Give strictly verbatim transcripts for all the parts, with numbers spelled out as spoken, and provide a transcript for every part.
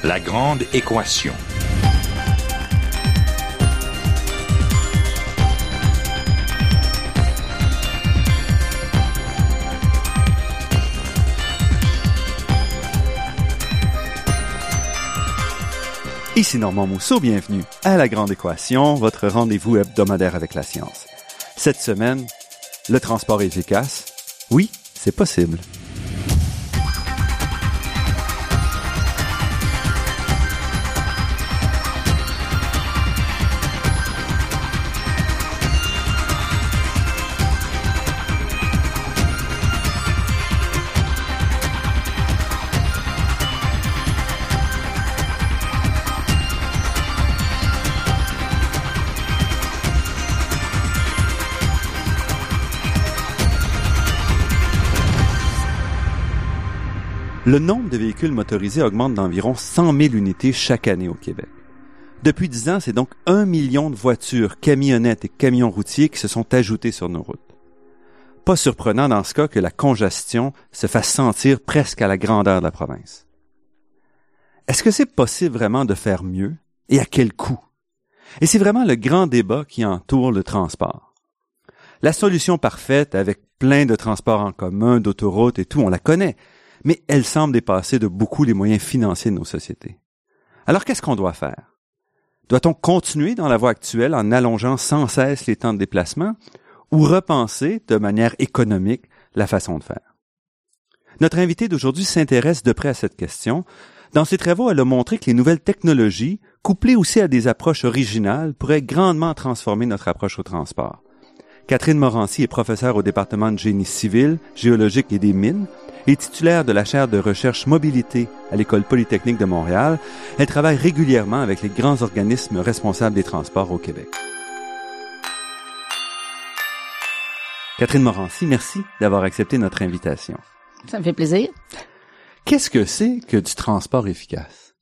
La grande équation. Ici Normand Mousseau, bienvenue à La Grande Équation, votre rendez-vous hebdomadaire avec la science. Cette semaine, le transport efficace, oui, c'est possible. Le nombre de véhicules motorisés augmente d'environ cent mille unités chaque année au Québec. Depuis dix ans, c'est donc un million de voitures, camionnettes et camions routiers qui se sont ajoutés sur nos routes. Pas surprenant dans ce cas que la congestion se fasse sentir presque à la grandeur de la province. Est-ce que c'est possible vraiment de faire mieux et à quel coût? Et c'est vraiment le grand débat qui entoure le transport. La solution parfaite avec plein de transports en commun, d'autoroutes et tout, on la connaît. Mais elle semble dépasser de beaucoup les moyens financiers de nos sociétés. Alors qu'est-ce qu'on doit faire? Doit-on continuer dans la voie actuelle en allongeant sans cesse les temps de déplacement ou repenser de manière économique la façon de faire? Notre invitée d'aujourd'hui s'intéresse de près à cette question. Dans ses travaux, elle a montré que les nouvelles technologies, couplées aussi à des approches originales, pourraient grandement transformer notre approche au transport. Catherine Morancy est professeure au département de génie civil, géologique et des mines et titulaire de la chaire de recherche mobilité à l'École polytechnique de Montréal. Elle travaille régulièrement avec les grands organismes responsables des transports au Québec. Catherine Morancy, merci d'avoir accepté notre invitation. Ça me fait plaisir. Qu'est-ce que c'est que du transport efficace?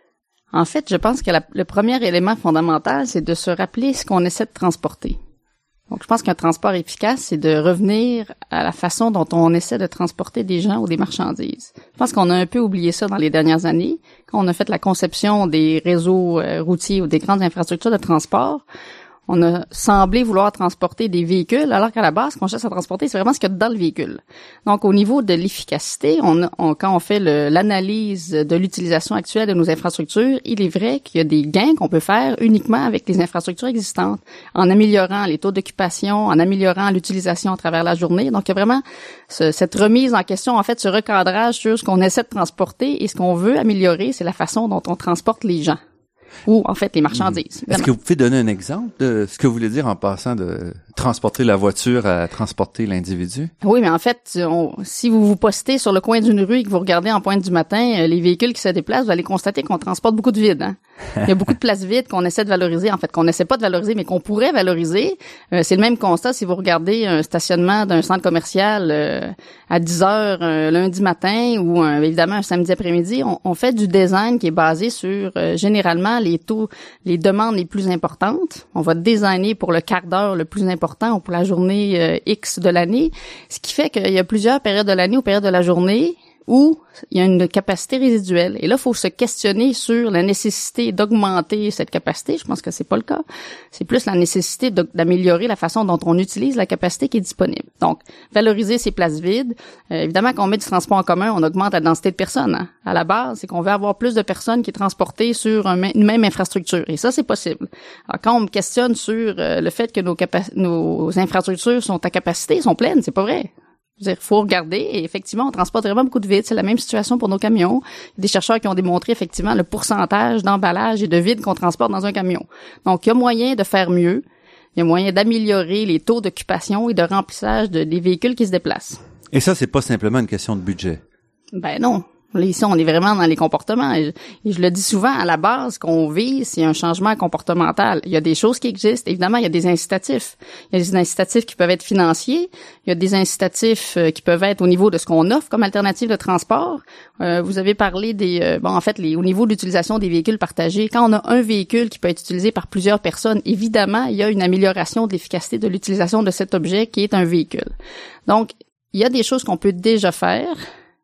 En fait, je pense que la, le premier élément fondamental, c'est de se rappeler ce qu'on essaie de transporter. Donc, je pense qu'un transport efficace, c'est de revenir à la façon dont on essaie de transporter des gens ou des marchandises. Je pense qu'on a un peu oublié ça dans les dernières années. Quand on a fait la conception des réseaux euh, routiers ou des grandes infrastructures de transport, on a semblé vouloir transporter des véhicules, alors qu'à la base, ce qu'on cherche à transporter, c'est vraiment ce qu'il y a dans le véhicule. Donc, au niveau de l'efficacité, on, on, quand on fait le, l'analyse de l'utilisation actuelle de nos infrastructures, il est vrai qu'il y a des gains qu'on peut faire uniquement avec les infrastructures existantes, en améliorant les taux d'occupation, en améliorant l'utilisation à travers la journée. Donc, il y a vraiment ce, cette remise en question, en fait, ce recadrage sur ce qu'on essaie de transporter et ce qu'on veut améliorer, c'est la façon dont on transporte les gens. Ou, en fait, les marchandises. Est-ce que vous pouvez donner un exemple de ce que vous voulez dire en passant de transporter la voiture à transporter l'individu? Oui, mais en fait, on, si vous vous postez sur le coin d'une rue et que vous regardez en pointe du matin les véhicules qui se déplacent, vous allez constater qu'on transporte beaucoup de vide. Hein? Il y a beaucoup de places vides qu'on essaie de valoriser, en fait, qu'on essaie pas de valoriser, mais qu'on pourrait valoriser. Euh, c'est le même constat si vous regardez un stationnement d'un centre commercial euh, à dix heures un lundi matin ou un, évidemment un samedi après-midi. On, on fait du design qui est basé sur, euh, généralement, les taux, les demandes les plus importantes. On va designer pour le quart d'heure le plus important ou pour la journée euh, X de l'année, ce qui fait qu'il y a plusieurs périodes de l'année ou périodes de la journée où il y a une capacité résiduelle. Et là, il faut se questionner sur la nécessité d'augmenter cette capacité. Je pense que c'est pas le cas. C'est plus la nécessité de, d'améliorer la façon dont on utilise la capacité qui est disponible. Donc, valoriser ces places vides. Euh, évidemment, quand on met du transport en commun, on augmente la densité de personnes. Hein. À la base, c'est qu'on veut avoir plus de personnes qui sont transportées sur un, une même infrastructure. Et ça, c'est possible. Alors, quand on me questionne sur euh, le fait que nos, capa- nos infrastructures sont à capacité, sont pleines, c'est pas vrai. Il faut regarder, et effectivement, on transporte vraiment beaucoup de vide. C'est la même situation pour nos camions. Il y a des chercheurs qui ont démontré, effectivement, le pourcentage d'emballage et de vide qu'on transporte dans un camion. Donc, il y a moyen de faire mieux. Il y a moyen d'améliorer les taux d'occupation et de remplissage de, des véhicules qui se déplacent. Et ça, c'est pas simplement une question de budget. Ben non. Là, ici, on est vraiment dans les comportements. Et je, et je le dis souvent, à la base, ce qu'on vise, c'est un changement comportemental. Il y a des choses qui existent. Évidemment, il y a des incitatifs. Il y a des incitatifs qui peuvent être financiers. Il y a des incitatifs euh, qui peuvent être au niveau de ce qu'on offre comme alternative de transport. Euh, vous avez parlé des... Euh, bon, en fait, les, au niveau de l'utilisation des véhicules partagés, quand on a un véhicule qui peut être utilisé par plusieurs personnes, évidemment, il y a une amélioration de l'efficacité de l'utilisation de cet objet qui est un véhicule. Donc, il y a des choses qu'on peut déjà faire.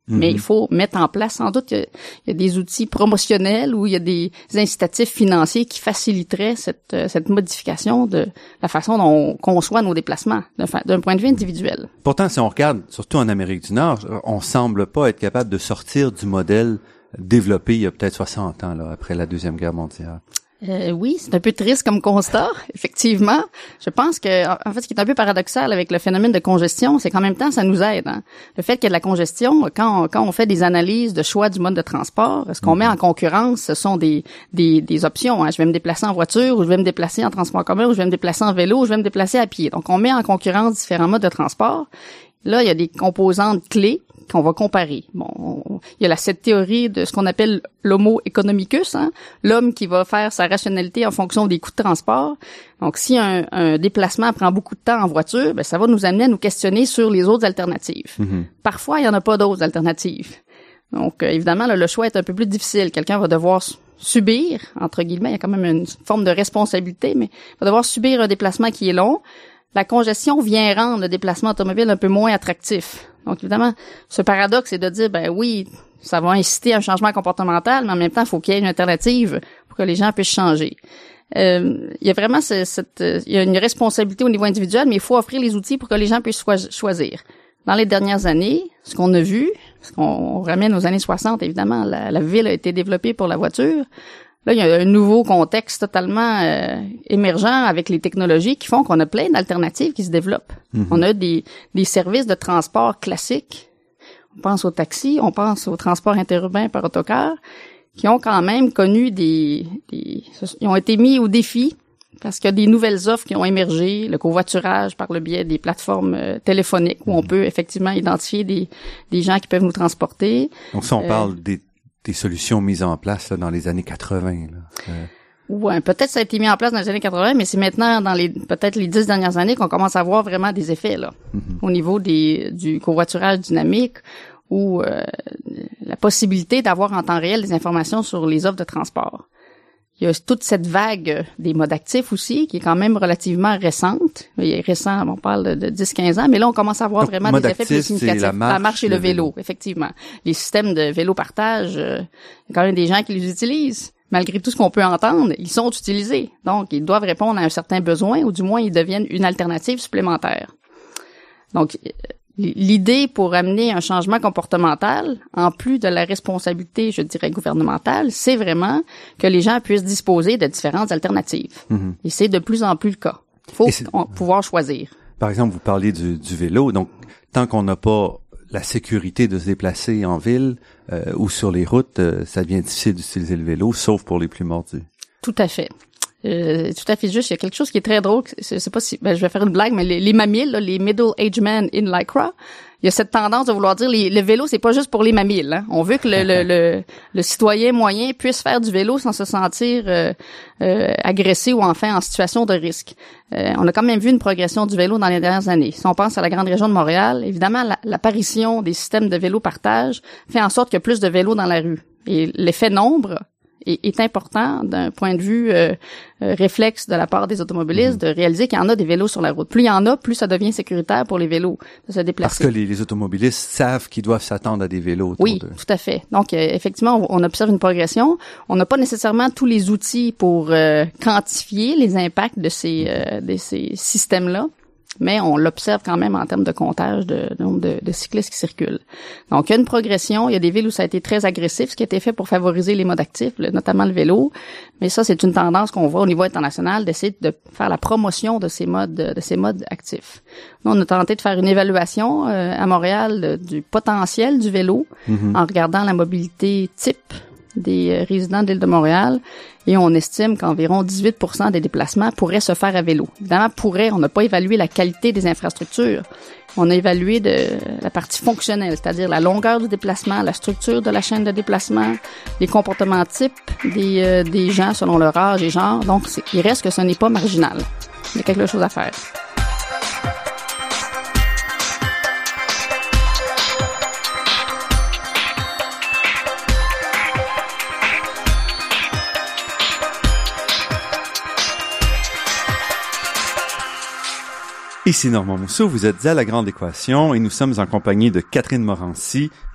Mm-hmm. Mais il faut mettre en place, sans doute, il y, a, il y a des outils promotionnels ou il y a des incitatifs financiers qui faciliteraient cette, cette modification de la façon dont on conçoit nos déplacements d'un, d'un point de vue individuel. Pourtant, si on regarde, surtout en Amérique du Nord, on semble pas être capable de sortir du modèle développé il y a peut-être soixante ans, là, après la Deuxième Guerre mondiale. Euh, oui, c'est un peu triste comme constat, effectivement. Je pense que, en fait, ce qui est un peu paradoxal avec le phénomène de congestion, c'est qu'en même temps, ça nous aide. Hein. Le fait qu'il y ait de la congestion, quand on, quand on fait des analyses de choix du mode de transport, ce qu'on mmh. met en concurrence, ce sont des des, des options. Hein. Je vais me déplacer en voiture, ou je vais me déplacer en transport commun, ou je vais me déplacer en vélo, ou je vais me déplacer à pied. Donc, on met en concurrence différents modes de transport. Là, il y a des composantes clés qu'on va comparer. Bon, on, il y a la, cette théorie de ce qu'on appelle l'homo economicus, hein, l'homme qui va faire sa rationalité en fonction des coûts de transport. Donc, si un, un déplacement prend beaucoup de temps en voiture, ben ça va nous amener à nous questionner sur les autres alternatives. Mm-hmm. Parfois, il y en a pas d'autres alternatives. Donc, euh, évidemment, là, le choix est un peu plus difficile. Quelqu'un va devoir subir, entre guillemets, il y a quand même une forme de responsabilité, mais va devoir subir un déplacement qui est long. La congestion vient rendre le déplacement automobile un peu moins attractif. Donc, évidemment, ce paradoxe, c'est de dire, ben oui, ça va inciter à un changement comportemental, mais en même temps, il faut qu'il y ait une alternative pour que les gens puissent changer. Euh, il y a vraiment ce, cette, il y a une responsabilité au niveau individuel, mais il faut offrir les outils pour que les gens puissent choisir. Dans les dernières années, ce qu'on a vu, parce qu'on ramène aux années soixante, évidemment, la, la ville a été développée pour la voiture. Là, il y a un nouveau contexte totalement euh, émergent avec les technologies qui font qu'on a plein d'alternatives qui se développent. Mm-hmm. On a des, des services de transport classiques. On pense aux taxis, on pense au transport interurbain par autocar, qui ont quand même connu des, des... Ils ont été mis au défi parce qu'il y a des nouvelles offres qui ont émergé, le covoiturage par le biais des plateformes euh, téléphoniques où mm-hmm. on peut effectivement identifier des, des gens qui peuvent nous transporter. Donc ça, on euh, parle des... des solutions mises en place là, dans les années quatre-vingts. Là. Euh... Ouais, peut-être ça a été mis en place dans les années quatre-vingts, mais c'est maintenant dans les peut-être les dix dernières années qu'on commence à voir vraiment des effets là, mm-hmm. au niveau des du covoiturage dynamique ou euh, la possibilité d'avoir en temps réel des informations sur les offres de transport. Il y a toute cette vague des modes actifs aussi, qui est quand même relativement récente. Il est récent, on parle de dix à quinze ans, mais là, on commence à voir Donc, vraiment des effets plus significatifs. La marche, la marche et le, le vélo, vélo, effectivement. Les systèmes de vélo-partage, euh, il y a quand même des gens qui les utilisent. Malgré tout ce qu'on peut entendre, ils sont utilisés. Donc, ils doivent répondre à un certain besoin, ou du moins, ils deviennent une alternative supplémentaire. Donc, l'idée pour amener un changement comportemental, en plus de la responsabilité, je dirais, gouvernementale, c'est vraiment que les gens puissent disposer de différentes alternatives. Mm-hmm. Et c'est de plus en plus le cas. Il faut pouvoir choisir. Par exemple, vous parlez du, du vélo. Donc, tant qu'on n'a pas la sécurité de se déplacer en ville euh, ou sur les routes, euh, ça devient difficile d'utiliser le vélo, sauf pour les plus mordus. Tout à fait. Euh, tout à fait juste. Il y a quelque chose qui est très drôle. Je sais pas si, ben, je vais faire une blague, mais les, les mamiles, là, les middle-aged men in lycra, il y a cette tendance de vouloir dire les, le vélo, c'est pas juste pour les mamiles. Hein. On veut que le, le, le, le citoyen moyen puisse faire du vélo sans se sentir euh, euh, agressé ou enfin en situation de risque. Euh, on a quand même vu une progression du vélo dans les dernières années. Si on pense à la grande région de Montréal, évidemment, la, l'apparition des systèmes de vélo partage fait en sorte qu'il y a plus de vélos dans la rue. Et l'effet nombre est important d'un point de vue euh, euh, réflexe de la part des automobilistes mmh. de réaliser qu'il y en a des vélos sur la route. Plus il y en a, plus ça devient sécuritaire pour les vélos de se déplacer. Parce que les, les automobilistes savent qu'ils doivent s'attendre à des vélos. Oui, de... tout à fait. Donc, euh, effectivement, on, on observe une progression. On n'a pas nécessairement tous les outils pour euh, quantifier les impacts de ces, euh, de ces systèmes-là. Mais on l'observe quand même en termes de comptage de nombre de, de cyclistes qui circulent. Donc, il y a une progression. Il y a des villes où ça a été très agressif, ce qui a été fait pour favoriser les modes actifs, le, notamment le vélo. Mais ça, c'est une tendance qu'on voit au niveau international d'essayer de faire la promotion de ces modes, de, de ces modes actifs. Nous, on a tenté de faire une évaluation euh, à Montréal de, du potentiel du vélo mm-hmm. en regardant la mobilité type des résidents de l'île de Montréal et on estime qu'environ dix-huit pour cent des déplacements pourraient se faire à vélo. Évidemment, pourraient, on n'a pas évalué la qualité des infrastructures. On a évalué de la partie fonctionnelle, c'est-à-dire la longueur du déplacement, la structure de la chaîne de déplacement, les comportements types des, euh, des gens selon leur âge et genre. Donc, c'est, il reste que ce n'est pas marginal. Il y a quelque chose à faire. Ici Normand Mousseau, vous êtes à La Grande Équation et nous sommes en compagnie de Catherine Morancy,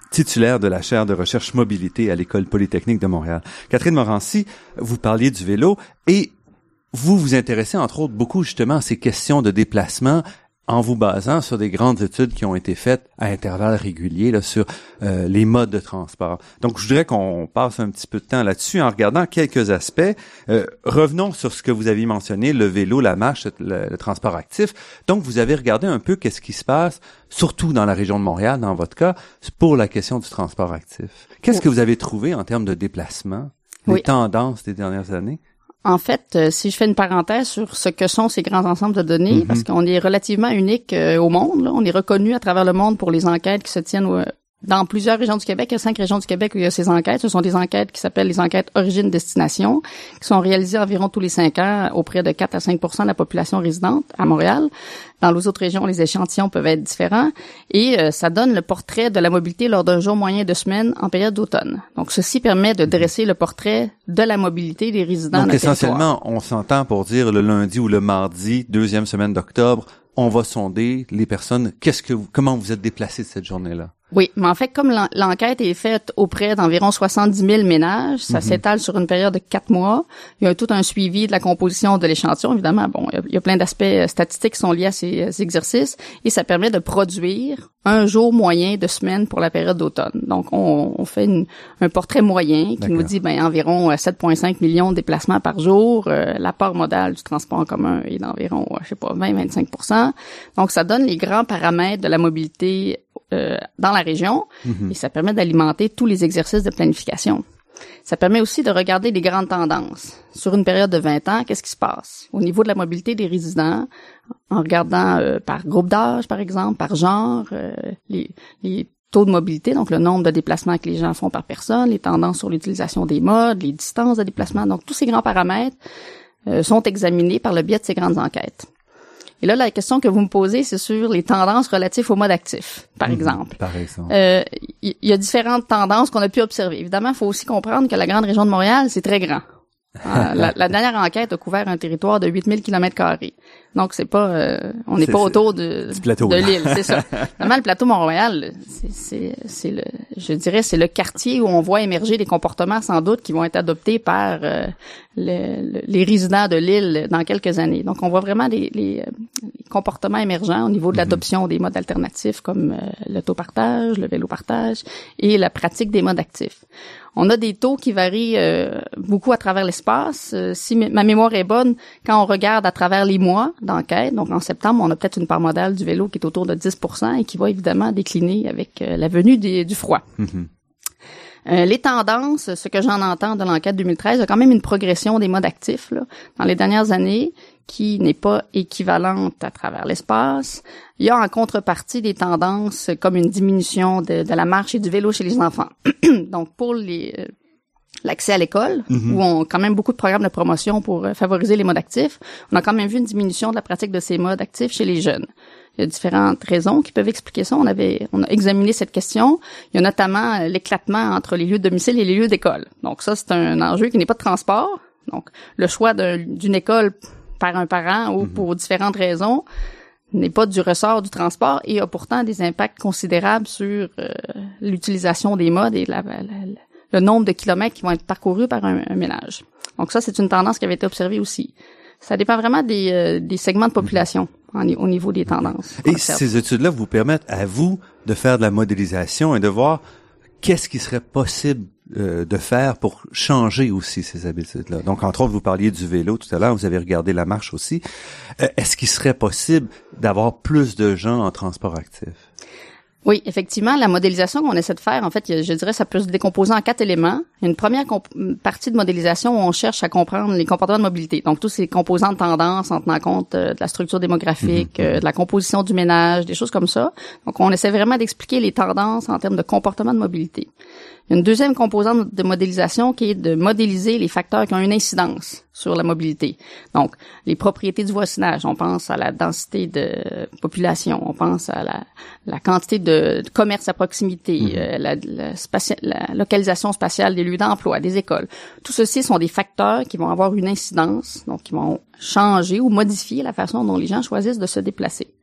titulaire de la chaire de recherche mobilité à l'École polytechnique de Montréal. Catherine Morancy, vous parliez du vélo et vous vous intéressez entre autres beaucoup justement à ces questions de déplacement en vous basant sur des grandes études qui ont été faites à intervalles réguliers là, sur euh, les modes de transport. Donc, je voudrais qu'on passe un petit peu de temps là-dessus en regardant quelques aspects. Euh, revenons sur ce que vous aviez mentionné, le vélo, la marche, le, le transport actif. Donc, vous avez regardé un peu qu'est-ce qui se passe, surtout dans la région de Montréal, dans votre cas, pour la question du transport actif. Qu'est-ce oui. que vous avez trouvé en termes de déplacement, les oui. tendances des dernières années? En fait, euh, si je fais une parenthèse sur ce que sont ces grands ensembles de données, mm-hmm. parce qu'on est relativement unique euh, au monde, là. On est reconnu à travers le monde pour les enquêtes qui se tiennent euh, dans plusieurs régions du Québec. Il y a cinq régions du Québec où il y a ces enquêtes. Ce sont des enquêtes qui s'appellent les enquêtes origine-destination, qui sont réalisées environ tous les cinq ans auprès de quatre à cinq pour cent de la population résidente à Montréal. Dans les autres régions, les échantillons peuvent être différents et euh, ça donne le portrait de la mobilité lors d'un jour moyen de semaine en période d'automne. Donc, ceci permet de dresser le portrait de la mobilité des résidents. Donc, essentiellement, on s'entend pour dire le lundi ou le mardi, deuxième semaine d'octobre, on va sonder les personnes. Qu'est-ce que vous, comment vous êtes déplacés cette journée-là? Oui, mais en fait, comme l'enquête est faite auprès d'environ soixante-dix mille ménages, ça mm-hmm. s'étale sur une période de quatre mois. Il y a tout un suivi de la composition de l'échantillon. Évidemment, bon, il y a plein d'aspects statistiques qui sont liés à ces, ces exercices et ça permet de produire un jour moyen de semaine pour la période d'automne. Donc, on, on fait une, un portrait moyen qui D'accord. nous dit ben environ sept virgule cinq millions de déplacements par jour. Euh, la part modale du transport en commun est d'environ, je sais pas, vingt à vingt-cinq pour cent. Donc, ça donne les grands paramètres de la mobilité Euh, dans la région mm-hmm. et ça permet d'alimenter tous les exercices de planification. Ça permet aussi de regarder les grandes tendances. Sur une période de vingt ans, qu'est-ce qui se passe? Au niveau de la mobilité des résidents, en regardant euh, par groupe d'âge, par exemple, par genre, euh, les, les taux de mobilité, donc le nombre de déplacements que les gens font par personne, les tendances sur l'utilisation des modes, les distances de déplacement. Donc, tous ces grands paramètres euh, sont examinés par le biais de ces grandes enquêtes. Et là, la question que vous me posez, c'est sur les tendances relatives au mode actif, par mmh, exemple. Par exemple. Euh, il y, y a différentes tendances qu'on a pu observer. Évidemment, il faut aussi comprendre que la grande région de Montréal, c'est très grand. Euh, la, la dernière enquête a couvert un territoire de huit mille kilomètres carrés. Donc, c'est pas, euh, on n'est pas autour de, plateau, de l'île, c'est ça. Normalement, le plateau Mont-Royal, c'est, c'est, c'est le, je dirais, c'est le quartier où on voit émerger des comportements, sans doute, qui vont être adoptés par euh, le, le, les résidents de l'île dans quelques années. Donc, on voit vraiment les, les, les comportements émergents au niveau de l'adoption des modes alternatifs comme euh, l'autopartage, le vélo-partage et la pratique des modes actifs. On a des taux qui varient euh, beaucoup à travers l'espace. Euh, si m- ma mémoire est bonne, quand on regarde à travers les mois d'enquête, donc en septembre, on a peut-être une part modale du vélo qui est autour de dix pour cent et qui va évidemment décliner avec euh, la venue des, du froid. Mm-hmm. Euh, les tendances, ce que j'en entends de l'enquête deux mille treize, il y a quand même une progression des modes actifs là, dans les dernières années qui n'est pas équivalente à travers l'espace. Il y a en contrepartie des tendances comme une diminution de, de la marche et du vélo chez les enfants. Donc, pour les euh, l'accès à l'école, mm-hmm. où on a quand même beaucoup de programmes de promotion pour euh, favoriser les modes actifs, on a quand même vu une diminution de la pratique de ces modes actifs chez les jeunes. Il y a différentes raisons qui peuvent expliquer ça. On avait, on a examiné cette question. Il y a notamment euh, l'éclatement entre les lieux de domicile et les lieux d'école. Donc ça, c'est un enjeu qui n'est pas de transport. Donc, le choix d'un, d'une école par un parent ou mm-hmm. pour différentes raisons n'est pas du ressort du transport et a pourtant des impacts considérables sur euh, l'utilisation des modes et la, la, la, le nombre de kilomètres qui vont être parcourus par un, un ménage. Donc ça, c'est une tendance qui avait été observée aussi. Ça dépend vraiment des, euh, des segments de population en, au niveau des tendances. Et ces études-là vous permettent à vous de faire de la modélisation et de voir qu'est-ce qui serait possible euh, de faire pour changer aussi ces habitudes-là. Donc, entre autres, vous parliez du vélo tout à l'heure, vous avez regardé la marche aussi. Euh, est-ce qu'il serait possible d'avoir plus de gens en transport actif? Oui, effectivement, la modélisation qu'on essaie de faire, en fait, je dirais, ça peut se décomposer en quatre éléments. Il y a une première comp- partie de modélisation où on cherche à comprendre les comportements de mobilité. Donc, tous ces composants de tendance en tenant compte euh, de la structure démographique, mmh. euh, de la composition du ménage, des choses comme ça. Donc, on essaie vraiment d'expliquer les tendances en termes de comportement de mobilité. Il y a une deuxième composante de modélisation qui est de modéliser les facteurs qui ont une incidence sur la mobilité. Donc, les propriétés du voisinage, on pense à la densité de population, on pense à la, la quantité de, de commerce à proximité, mmh. euh, la, la, spatia- la localisation spatiale des lieux d'emploi, des écoles. Tout ceci sont des facteurs qui vont avoir une incidence, donc qui vont changer ou modifier la façon dont les gens choisissent de se déplacer.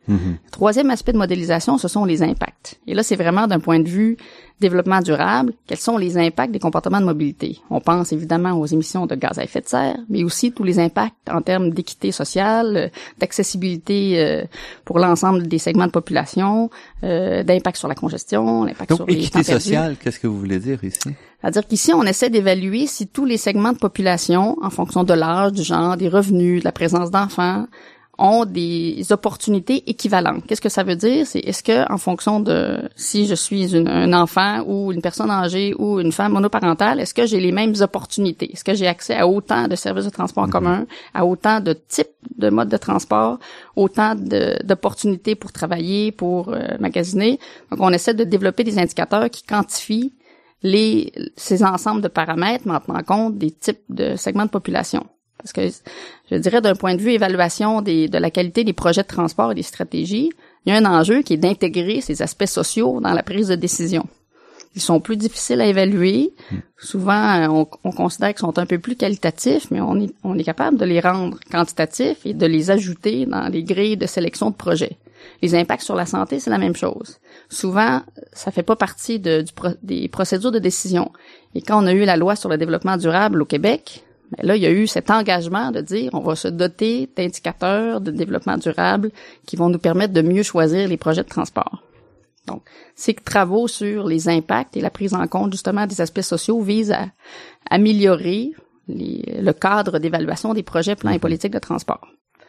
Mm-hmm. Troisième aspect de modélisation, ce sont les impacts. Et là, c'est vraiment d'un point de vue développement durable, quels sont les impacts des comportements de mobilité. On pense évidemment aux émissions de gaz à effet de serre, mais aussi tous les impacts en termes d'équité sociale, d'accessibilité euh, pour l'ensemble des segments de population, euh, d'impact sur la congestion, l'impact Donc, sur les équité temps perdus. sociale, qu'est-ce que vous voulez dire ici? C'est-à-dire qu'ici, on essaie d'évaluer si tous les segments de population, en fonction de l'âge, du genre, des revenus, de la présence d'enfants, ont des opportunités équivalentes. Qu'est-ce que ça veut dire? C'est est-ce que, en fonction de si je suis une, un enfant ou une personne âgée ou une femme monoparentale, est-ce que j'ai les mêmes opportunités? Est-ce que j'ai accès à autant de services de transport en commun, à autant de types de modes de transport, autant de, d'opportunités pour travailler, pour euh, magasiner? Donc, on essaie de développer des indicateurs qui quantifient les ces ensembles de paramètres, mais en tenant compte des types de segments de population. Parce que, je dirais, d'un point de vue évaluation des, de la qualité des projets de transport et des stratégies, il y a un enjeu qui est d'intégrer ces aspects sociaux dans la prise de décision. Ils sont plus difficiles à évaluer. Mmh. Souvent, on, on considère qu'ils sont un peu plus qualitatifs, mais on est, on est capable de les rendre quantitatifs et de les ajouter dans les grilles de sélection de projets. Les impacts sur la santé, c'est la même chose. Souvent, ça fait pas partie de, du pro, des procédures de décision. Et quand on a eu la loi sur le développement durable au Québec, ben là, il y a eu cet engagement de dire on va se doter d'indicateurs de développement durable qui vont nous permettre de mieux choisir les projets de transport. Donc, ces travaux sur les impacts et la prise en compte justement des aspects sociaux visent à améliorer les, le cadre d'évaluation des projets, plans et politiques de transport.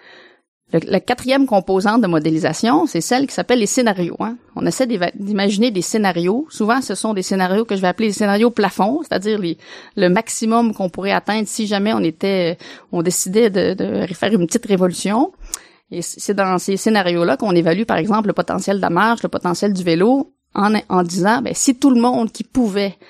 Le, la quatrième composante de modélisation, c'est celle qui s'appelle les scénarios. Hein. On essaie d'imaginer des scénarios. Souvent, ce sont des scénarios que je vais appeler des scénarios plafonds, c'est-à-dire les, le maximum qu'on pourrait atteindre si jamais on était, on décidait de, de faire une petite révolution. Et c'est dans ces scénarios-là qu'on évalue, par exemple, le potentiel de la marche, le potentiel du vélo, en, en disant, ben, si tout le monde qui pouvait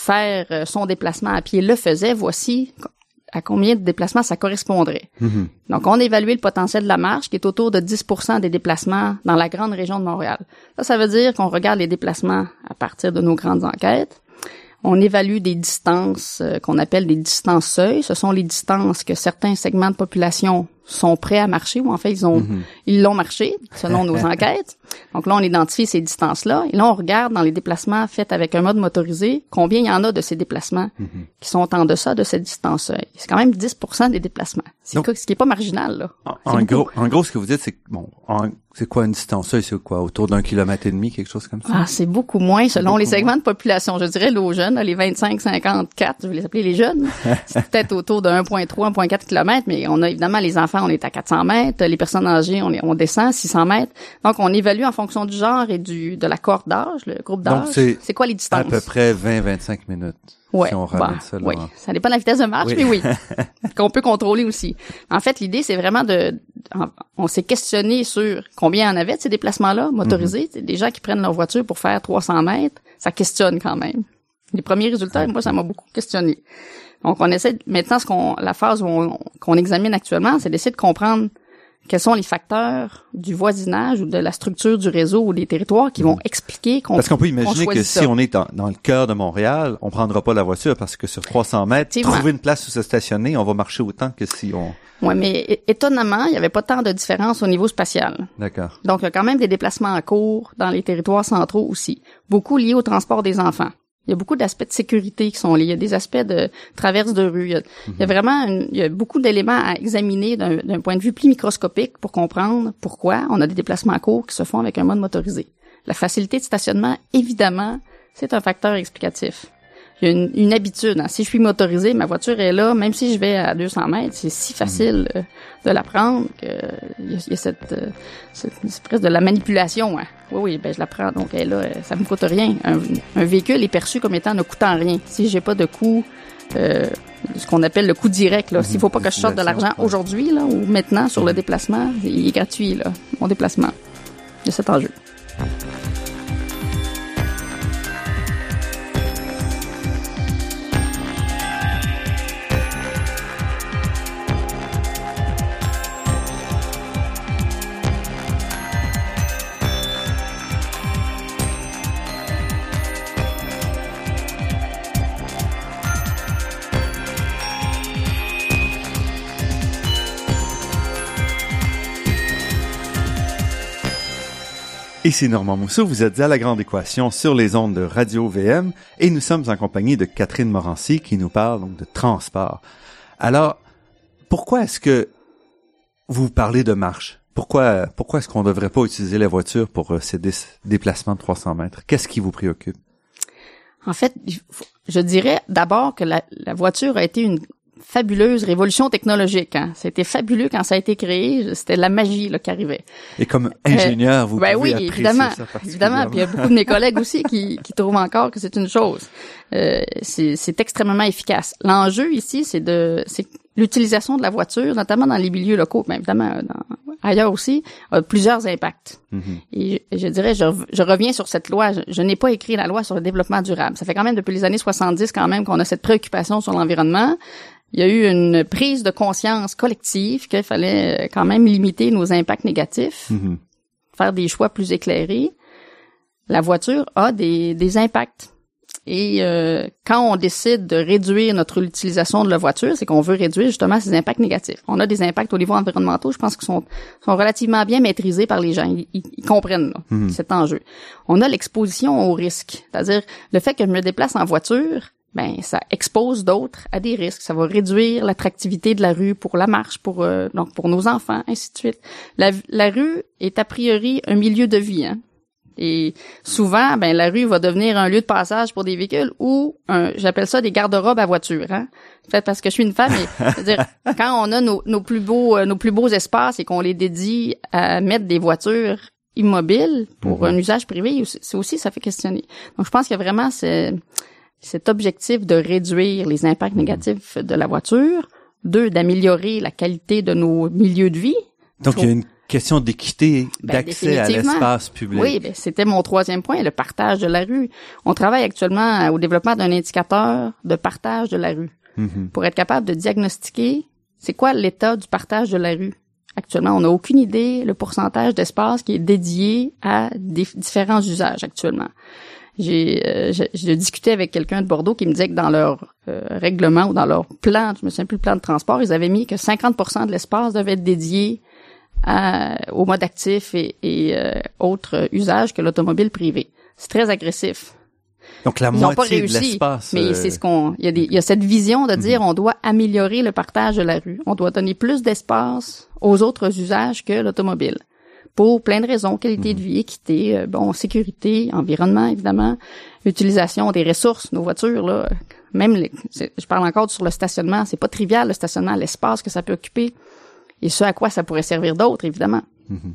faire son déplacement à pied le faisait, voici à combien de déplacements ça correspondrait. Mm-hmm. Donc, on a évalué le potentiel de la marche, qui est autour de dix pour cent des déplacements dans la grande région de Montréal. Ça, ça veut dire qu'on regarde les déplacements à partir de nos grandes enquêtes. On évalue des distances euh, qu'on appelle des distances seuils. Ce sont les distances que certains segments de population sont prêts à marcher, ou en fait, ils ont, mm-hmm. ils l'ont marché, selon nos enquêtes. Donc là, on identifie ces distances-là. Et là, on regarde dans les déplacements faits avec un mode motorisé, combien il y en a de ces déplacements mm-hmm. qui sont en deçà de cette distance-là. C'est quand même dix pour cent des déplacements. C'est Donc, ce qui est pas marginal, là. En, en gros, en gros, ce que vous dites, c'est que, bon, en, c'est quoi une distance seuil? C'est quoi? Autour d'un kilomètre et demi, quelque chose comme ça? Ah, c'est beaucoup moins selon beaucoup les segments moins. de population. Je dirais, les jeunes, là, les vingt-cinq cinquante-quatre, je vais les appeler les jeunes. C'est peut-être autour de un virgule trois, un virgule quatre kilomètres, mais on a évidemment les enfants, on est à quatre cents mètres, les personnes âgées, on, est, on descend six cents mètres. Donc, on évalue en fonction du genre et du de la cohorte d'âge, le groupe d'âge. Donc, c'est, c'est quoi les distances? À peu près vingt à vingt-cinq minutes. Ouais, si on bah, ça, là, oui, ça dépend de la vitesse de marche, oui. mais oui, qu'on peut contrôler aussi. En fait, l'idée, c'est vraiment de... On s'est questionné sur combien il y en avait de ces déplacements-là motorisés. Mm-hmm. Des gens qui prennent leur voiture pour faire trois cents mètres, ça questionne quand même. Les premiers résultats, ouais. moi, ça m'a beaucoup questionné. Donc, on essaie... Maintenant, ce qu'on, la phase où on, qu'on examine actuellement, c'est d'essayer de comprendre quels sont les facteurs du voisinage ou de la structure du réseau ou des territoires qui vont expliquer qu'on Parce qu'on peut imaginer qu'on que ça. si on est dans, dans le cœur de Montréal, on prendra pas la voiture parce que sur trois cents mètres, trouver une place où se stationner, on va marcher autant que si on... Oui, mais étonnamment, il n'y avait pas tant de différence au niveau spatial. D'accord. Donc, il y a quand même des déplacements en cours dans les territoires centraux aussi. Beaucoup liés au transport des enfants. Il y a beaucoup d'aspects de sécurité qui sont liés. Il y a des aspects de traverse de rue. Il y a, mm-hmm. il y a vraiment une, il y a beaucoup d'éléments à examiner d'un, d'un point de vue plus microscopique pour comprendre pourquoi on a des déplacements à court qui se font avec un mode motorisé. La facilité de stationnement, évidemment, c'est un facteur explicatif. Il y a une, une habitude. Hein. Si je suis motorisé, ma voiture est là, même si je vais à deux cents mètres, c'est si facile euh, de la prendre que il y a, il y a cette, euh, cette espèce de la manipulation. Hein. Oui, oui, ben je la prends, donc elle est là, ça me coûte rien. Un, un véhicule est perçu comme étant ne coûtant rien. Si j'ai pas de coût, euh, ce qu'on appelle le coût direct, là, mmh, s'il faut pas que je sorte de l'argent ouais. aujourd'hui là ou maintenant sur mmh. le déplacement, il est gratuit là, mon déplacement. Il y a cet enjeu. Ici Normand Mousseau, vous êtes à La Grande Équation sur les ondes de Radio V M et nous sommes en compagnie de Catherine Morancy qui nous parle donc de transport. Alors, pourquoi est-ce que vous parlez de marche? Pourquoi, pourquoi est-ce qu'on ne devrait pas utiliser la voiture pour euh, ces dé- déplacements de trois cents mètres? Qu'est-ce qui vous préoccupe? En fait, je dirais d'abord que la, la voiture a été une fabuleuse révolution technologique. Hein. C'était fabuleux quand ça a été créé. C'était la magie là, qui arrivait. Et comme ingénieur, euh, vous ben pouvez oui, apprécier évidemment, ça particulièrement. évidemment. Puis il y a beaucoup de mes collègues aussi qui, qui trouvent encore que c'est une chose. Euh, c'est, c'est extrêmement efficace. L'enjeu ici, c'est de, c'est l'utilisation de la voiture, notamment dans les milieux locaux, mais évidemment dans, ailleurs aussi, a plusieurs impacts. Mm-hmm. Et je, je dirais, je, je reviens sur cette loi. Je, je n'ai pas écrit la loi sur le développement durable. Ça fait quand même depuis les années soixante-dix quand même qu'on a cette préoccupation sur l'environnement. Il y a eu une prise de conscience collective qu'il fallait quand même limiter nos impacts négatifs, mm-hmm. faire des choix plus éclairés. La voiture a des, des impacts. Et euh, quand on décide de réduire notre utilisation de la voiture, c'est qu'on veut réduire justement ces impacts négatifs. On a des impacts au niveau environnemental, je pense qu'ils sont, sont relativement bien maîtrisés par les gens. Ils, ils, ils comprennent là, mmh. cet enjeu. On a l'exposition au risque, c'est-à-dire le fait que je me déplace en voiture, ben ça expose d'autres à des risques. Ça va réduire l'attractivité de la rue pour la marche, pour euh, donc pour nos enfants, ainsi de suite. La, la rue est a priori un milieu de vie, hein. Et souvent, ben la rue va devenir un lieu de passage pour des véhicules ou un, j'appelle ça des garde-robes à voiture. Hein? Peut-être parce que je suis une femme, mais c'est-à-dire quand on a nos, nos plus beaux, euh, nos plus beaux espaces et qu'on les dédie à mettre des voitures immobiles pour mm-hmm. un usage privé, c'est aussi ça fait questionner. Donc je pense qu'il y a vraiment ce, cet objectif de réduire les impacts négatifs de la voiture, deux d'améliorer la qualité de nos milieux de vie. Donc il y a une question d'équité, ben, d'accès à l'espace public. Oui, ben, c'était mon troisième point, le partage de la rue. On travaille actuellement au développement d'un indicateur de partage de la rue mm-hmm. pour être capable de diagnostiquer c'est quoi l'état du partage de la rue. Actuellement, on n'a aucune idée le pourcentage d'espace qui est dédié à des différents usages actuellement. J'ai, euh, j'ai, j'ai discuté avec quelqu'un de Bordeaux qui me disait que dans leur euh, règlement ou dans leur plan, je me souviens plus le plan de transport, ils avaient mis que cinquante pour cent de l'espace devait être dédié À, au mode actif et, et euh, autres usages que l'automobile privée. C'est très agressif. Donc la Ils moitié pas réussi, de l'espace. Mais euh... c'est ce qu'on, il y a des, il y a cette vision de dire mm-hmm. on doit améliorer le partage de la rue. On doit donner plus d'espace aux autres usages que l'automobile. Pour plein de raisons, qualité mm-hmm. de vie, équité, euh, bon, sécurité, environnement évidemment, utilisation des ressources, nos voitures là, même les, je parle encore sur le stationnement, c'est pas trivial le stationnement, l'espace que ça peut occuper. Et ce à quoi ça pourrait servir d'autres, évidemment. Mm-hmm.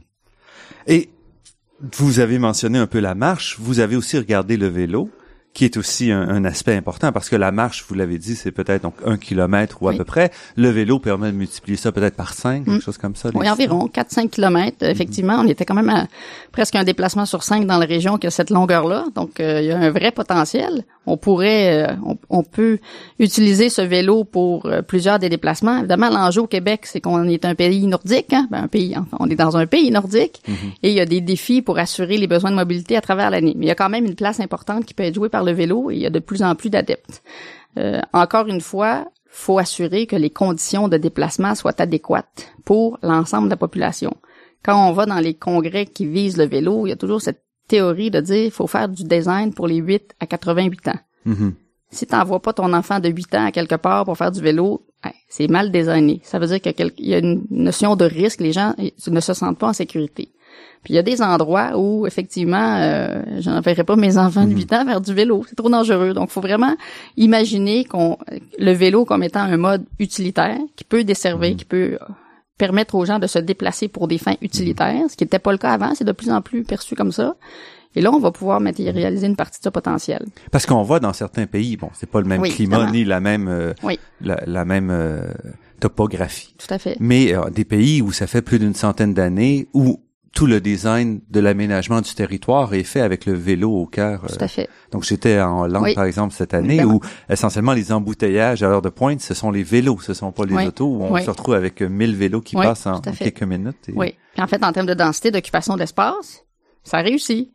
Et vous avez mentionné un peu la marche, vous avez aussi regardé le vélo, qui est aussi un, un aspect important, parce que la marche, vous l'avez dit, c'est peut-être donc un kilomètre ou oui. à peu près. Le vélo permet de multiplier ça peut-être par cinq, quelque mmh. chose comme ça. Oui, environ quatre à cinq kilomètres. Effectivement, mmh. on était quand même à presque un déplacement sur cinq dans la région qui a cette longueur-là. Donc, euh, il y a un vrai potentiel. On pourrait, euh, on, on peut utiliser ce vélo pour euh, plusieurs des déplacements. Évidemment, l'enjeu au Québec, c'est qu'on est un pays nordique, hein? Ben, un pays, enfin, on est dans un pays nordique, mmh. et il y a des défis pour assurer les besoins de mobilité à travers l'année. Mais il y a quand même une place importante qui peut être jouée par le vélo et il y a de plus en plus d'adeptes. Euh, encore une fois, faut assurer que les conditions de déplacement soient adéquates pour l'ensemble de la population. Quand on va dans les congrès qui visent le vélo, il y a toujours cette théorie de dire qu'il faut faire du design pour les huit à quatre-vingt-huit ans. Mm-hmm. Si tu n'envoies pas ton enfant de huit ans à quelque part pour faire du vélo, ouais, c'est mal designé. Ça veut dire qu'il y a une notion de risque, les gens ne se sentent pas en sécurité. Puis il y a des endroits où, effectivement, euh, je n'enverrai pas mes enfants de huit ans faire du vélo. C'est trop dangereux. Donc, il faut vraiment imaginer qu'on le vélo comme étant un mode utilitaire qui peut desservir, mmh. qui peut permettre aux gens de se déplacer pour des fins utilitaires, ce qui n'était pas le cas avant. C'est de plus en plus perçu comme ça. Et là, on va pouvoir matérialiser une partie de ce potentiel. Parce qu'on voit dans certains pays, bon, c'est pas le même oui, climat évidemment. ni la même euh, oui. la, la même euh, topographie. Tout à fait. Mais euh, des pays où ça fait plus d'une centaine d'années, où tout le design de l'aménagement du territoire est fait avec le vélo au cœur. Tout à fait. Donc, j'étais en Hollande, oui. par exemple, cette année, évidemment. où essentiellement les embouteillages à l'heure de pointe, ce sont les vélos, ce sont pas les oui. autos, où on oui. se retrouve avec mille vélos qui oui, passent en, en quelques minutes. Et... Oui. Puis en fait, en termes de densité, d'occupation de l'espace, ça réussit.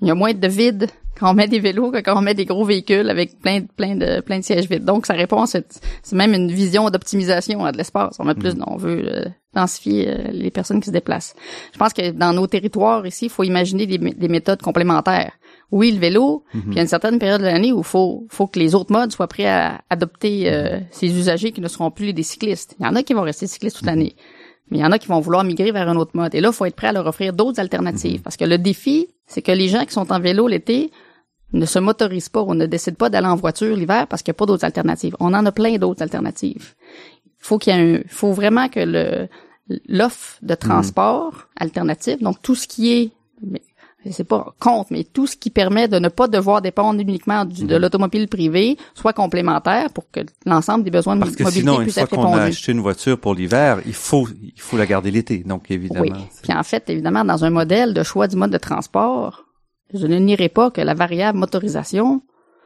il y a moins de vide quand on met des vélos que quand on met des gros véhicules avec plein de, plein de, plein de sièges vides. Donc, ça répond à cette, c'est même une vision d'optimisation hein, de l'espace. On met plus, mmh. on veut euh, densifier euh, les personnes qui se déplacent. Je pense que dans nos territoires ici, il faut imaginer des, des méthodes complémentaires. Oui, le vélo, mmh. puis il y a une certaine période de l'année où il faut, faut que les autres modes soient prêts à adopter euh, ces usagers qui ne seront plus des cyclistes. Il y en a qui vont rester cyclistes toute l'année. Mais il y en a qui vont vouloir migrer vers un autre mode. Et là, il faut être prêt à leur offrir d'autres alternatives. Mm-hmm. Parce que le défi, c'est que les gens qui sont en vélo l'été ne se motorisent pas ou ne décident pas d'aller en voiture l'hiver parce qu'il n'y a pas d'autres alternatives. On en a plein d'autres alternatives. Il faut qu'il y ait un, il faut vraiment que le, l'offre de transport mm-hmm. alternatif, donc tout ce qui est, mais, c'est pas contre, mais tout ce qui permet de ne pas devoir dépendre uniquement du, de l'automobile privée soit complémentaire pour que l'ensemble des besoins de Parce que mobilité sinon, puissent une être fois répondus. qu'on a acheté une voiture pour l'hiver, il faut il faut la garder l'été, donc évidemment. Oui. Puis en fait, évidemment, dans un modèle de choix du mode de transport, je ne nierai pas que la variable motorisation,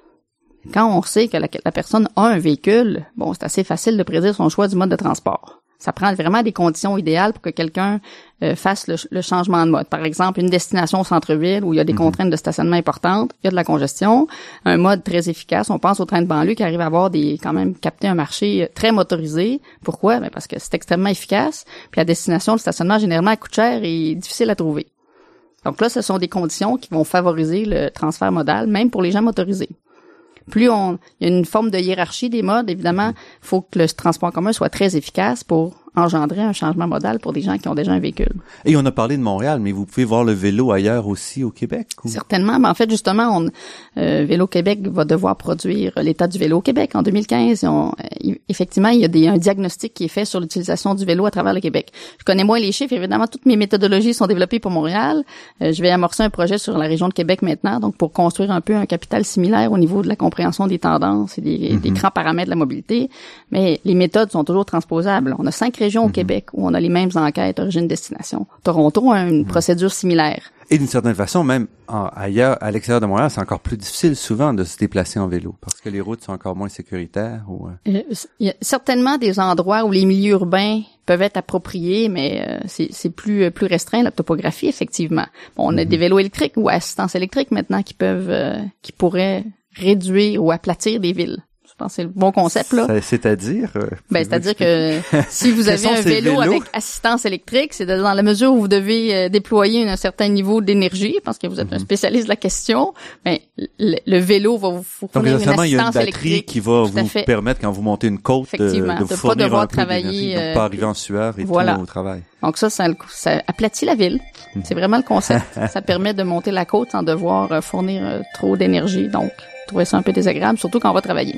quand on sait que la, la personne a un véhicule, bon, c'est assez facile de prédire son choix du mode de transport. Ça prend vraiment des conditions idéales pour que quelqu'un euh, fasse le, le changement de mode. Par exemple, une destination au centre-ville où il y a des mm-hmm. contraintes de stationnement importantes, il y a de la congestion, un mode très efficace. On pense au train de banlieue qui arrive à avoir des quand même capter un marché très motorisé. Pourquoi? Ben parce que c'est extrêmement efficace. Puis la destination, le stationnement généralement coûte cher et difficile à trouver. Donc là, ce sont des conditions qui vont favoriser le transfert modal, même pour les gens motorisés. Plus on, il y a une forme de hiérarchie des modes, évidemment, il faut que le transport en commun soit très efficace pour engendrer un changement modal pour des gens qui ont déjà un véhicule. Et on a parlé de Montréal, mais vous pouvez voir le vélo ailleurs aussi au Québec? Ou? Certainement. Ben, en fait, justement, on, euh, Vélo Québec va devoir produire l'état du vélo au Québec en deux mille quinze. On, euh, effectivement, il y a des, un diagnostic qui est fait sur l'utilisation du vélo à travers le Québec. Je connais moins les chiffres. Évidemment, toutes mes méthodologies sont développées pour Montréal. Euh, je vais amorcer un projet sur la région de Québec maintenant, donc pour construire un peu un capital similaire au niveau de la compréhension des tendances et des, mm-hmm. des grands paramètres de la mobilité. Mais les méthodes sont toujours transposables. On a cinq régions au mm-hmm. Québec où on a les mêmes enquêtes origine-destination. Toronto a une mm-hmm. procédure similaire. Et d'une certaine façon, même en, ailleurs, à l'extérieur de Montréal, c'est encore plus difficile souvent de se déplacer en vélo parce que les routes sont encore moins sécuritaires. Ou, euh... Il y a certainement des endroits où les milieux urbains peuvent être appropriés, mais euh, c'est, c'est plus plus restreint la topographie effectivement. Bon, on a mm-hmm. des vélos électriques ou assistance électrique maintenant qui peuvent, euh, qui pourraient réduire ou aplatir des villes. Je pense que c'est le bon concept, là. C'est-à-dire? Euh, ben, c'est-à-dire que si vous avez un vélo avec assistance électrique, c'est dans la mesure où vous devez euh, déployer un certain niveau d'énergie, parce que vous êtes mm-hmm. un spécialiste de la question, ben, le, le vélo va vous fournir une assistance électrique. Donc, il y a une batterie qui va vous permettre, quand vous montez une côte, de, de vous de fournir pas devoir un peu travailler, euh, donc pas arriver en sueur et voilà. tout au travail. Donc ça, ça, ça aplatit la ville. Mm-hmm. C'est vraiment le concept. Ça permet de monter la côte sans devoir euh, fournir euh, trop d'énergie. Donc, trouver ça un peu désagréable, surtout quand on va travailler.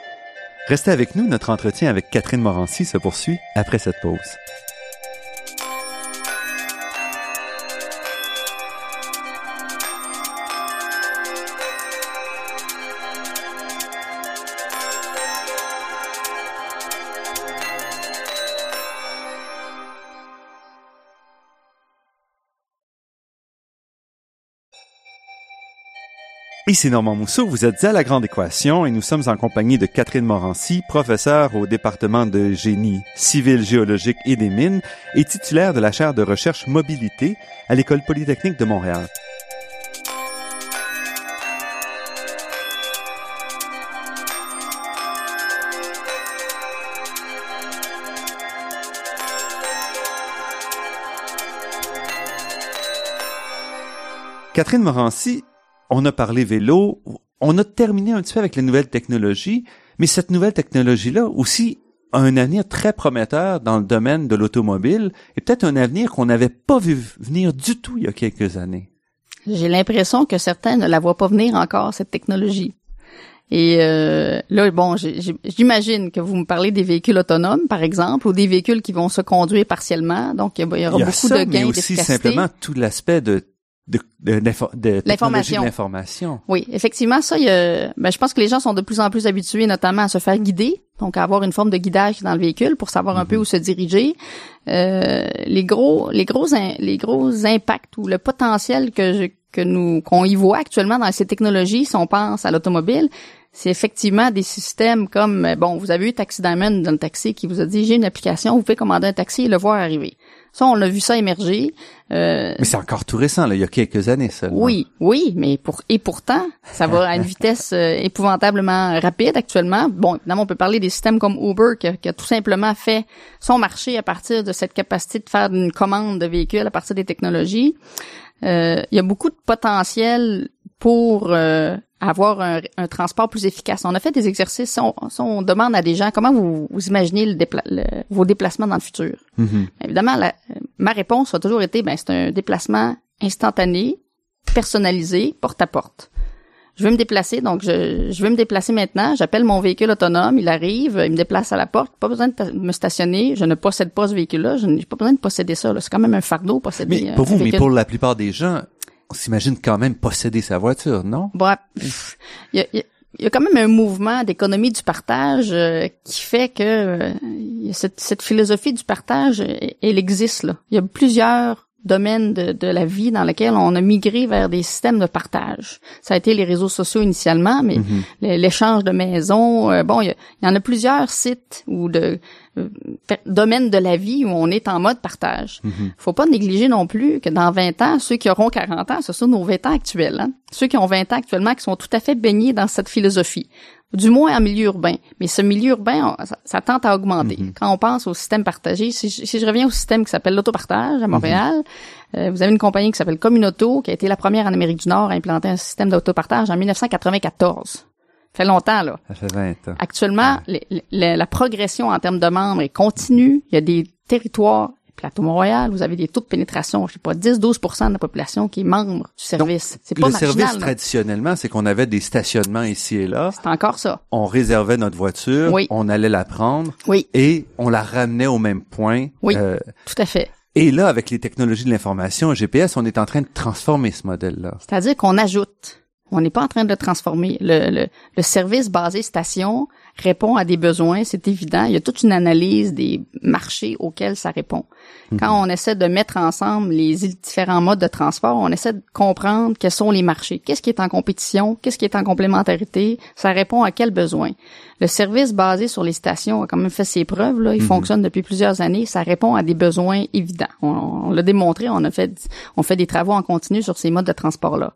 Restez avec nous, notre entretien avec Catherine Morancy se poursuit après cette pause. Ici Normand Mousseau, vous êtes à La Grande Équation et nous sommes en compagnie de Catherine Morancy, professeure au département de génie civil, géologique et des mines et titulaire de la chaire de recherche mobilité à l'École polytechnique de Montréal. Catherine Morancy, on a parlé vélo, on a terminé un petit peu avec les nouvelles technologies, mais cette nouvelle technologie-là aussi a un avenir très prometteur dans le domaine de l'automobile et peut-être un avenir qu'on n'avait pas vu venir du tout il y a quelques années. J'ai l'impression que certains ne la voient pas venir encore, cette technologie. Et euh, là, bon, j'imagine que vous me parlez des véhicules autonomes, par exemple, ou des véhicules qui vont se conduire partiellement. Donc, il y aura il y a beaucoup ça, de gains d'efficacité. Mais aussi simplement tout l'aspect de De, de, de, de l'information. de l'information. Oui, effectivement, ça, il y a, ben, je pense que les gens sont de plus en plus habitués, notamment à se faire guider, donc à avoir une forme de guidage dans le véhicule pour savoir un mm-hmm. peu où se diriger. Euh, les gros, les gros, in, les gros impacts ou le potentiel que je, que nous, qu'on y voit actuellement dans ces technologies, si on pense à l'automobile, c'est effectivement des systèmes comme, bon, vous avez eu Taxi Diamond dans le taxi qui vous a dit, j'ai une application, vous pouvez commander un taxi et le voir arriver. Ça, on a vu ça émerger. Euh, mais c'est encore tout récent, là, il y a quelques années, ça. Oui, oui, mais pour et pourtant, ça va à une vitesse euh, épouvantablement rapide actuellement. Bon, évidemment, on peut parler des systèmes comme Uber qui a, qui a tout simplement fait son marché à partir de cette capacité de faire une commande de véhicule à partir des technologies. Euh, il y a beaucoup de potentiel pour euh, avoir un, un transport plus efficace. On a fait des exercices, on, on demande à des gens comment vous, vous imaginez le dépla- le, vos déplacements dans le futur. Mm-hmm. Évidemment, la, ma réponse a toujours été, ben c'est un déplacement instantané, personnalisé, porte à porte. Je veux me déplacer, donc je, je veux me déplacer maintenant. J'appelle mon véhicule autonome, il arrive, il me déplace à la porte. Pas besoin de ta- me stationner. Je ne possède pas ce véhicule-là. Je n'ai pas besoin de posséder ça. Là. C'est quand même un fardeau posséder. Mais pour vous, un mais pour la plupart des gens, on s'imagine quand même posséder sa voiture, non? Bon, il y a, y, y a quand même un mouvement d'économie du partage euh, qui fait que euh, y a cette, cette philosophie du partage, elle existe là. Il y a plusieurs domaines de, de la vie dans lesquels on a migré vers des systèmes de partage. Ça a été les réseaux sociaux initialement, mais mm-hmm. l'échange de maisons, euh, bon, il y, y en a plusieurs sites ou de euh, domaines de la vie où on est en mode partage. Mm-hmm. Faut pas négliger non plus que dans vingt ans, ceux qui auront quarante ans, ce sont nos vingt ans actuels. Hein? Ceux qui ont vingt ans actuellement qui sont tout à fait baignés dans cette philosophie. Du moins en milieu urbain. Mais ce milieu urbain, ça, ça tente à augmenter. Mm-hmm. Quand on pense au système partagé, si je, si je reviens au système qui s'appelle l'autopartage à Montréal, mm-hmm. euh, vous avez une compagnie qui s'appelle Communauto, qui a été la première en Amérique du Nord à implanter un système d'autopartage en dix-neuf cent quatre-vingt-quatorze. Ça fait longtemps, là. Ça fait vingt ans. Actuellement, ouais. les, les, la progression en termes de membres est continue. Il y a des territoires, Plateau Mont-Royal, vous avez des taux de pénétration, je sais pas, dix à douze pour cent de la population qui est membre du service. Donc, c'est pas le marginal. service, là. traditionnellement, c'est qu'on avait des stationnements ici et là. C'est encore ça. On réservait notre voiture, oui. on allait la prendre oui. et on la ramenait au même point. Oui, euh, tout à fait. Et là, avec les technologies de l'information, G P S, on est en train de transformer ce modèle-là. C'est-à-dire qu'on ajoute. On n'est pas en train de le transformer. Le, le, le service basé station répond à des besoins, c'est évident. Il y a toute une analyse des marchés auxquels ça répond. Mm-hmm. Quand on essaie de mettre ensemble les différents modes de transport, on essaie de comprendre quels sont les marchés. Qu'est-ce qui est en compétition? Qu'est-ce qui est en complémentarité? Ça répond à quels besoins? Le service basé sur les stations a quand même fait ses preuves. Là. Il mm-hmm. fonctionne depuis plusieurs années. Ça répond à des besoins évidents. On, on l'a démontré. On a fait, on fait des travaux en continu sur ces modes de transport-là.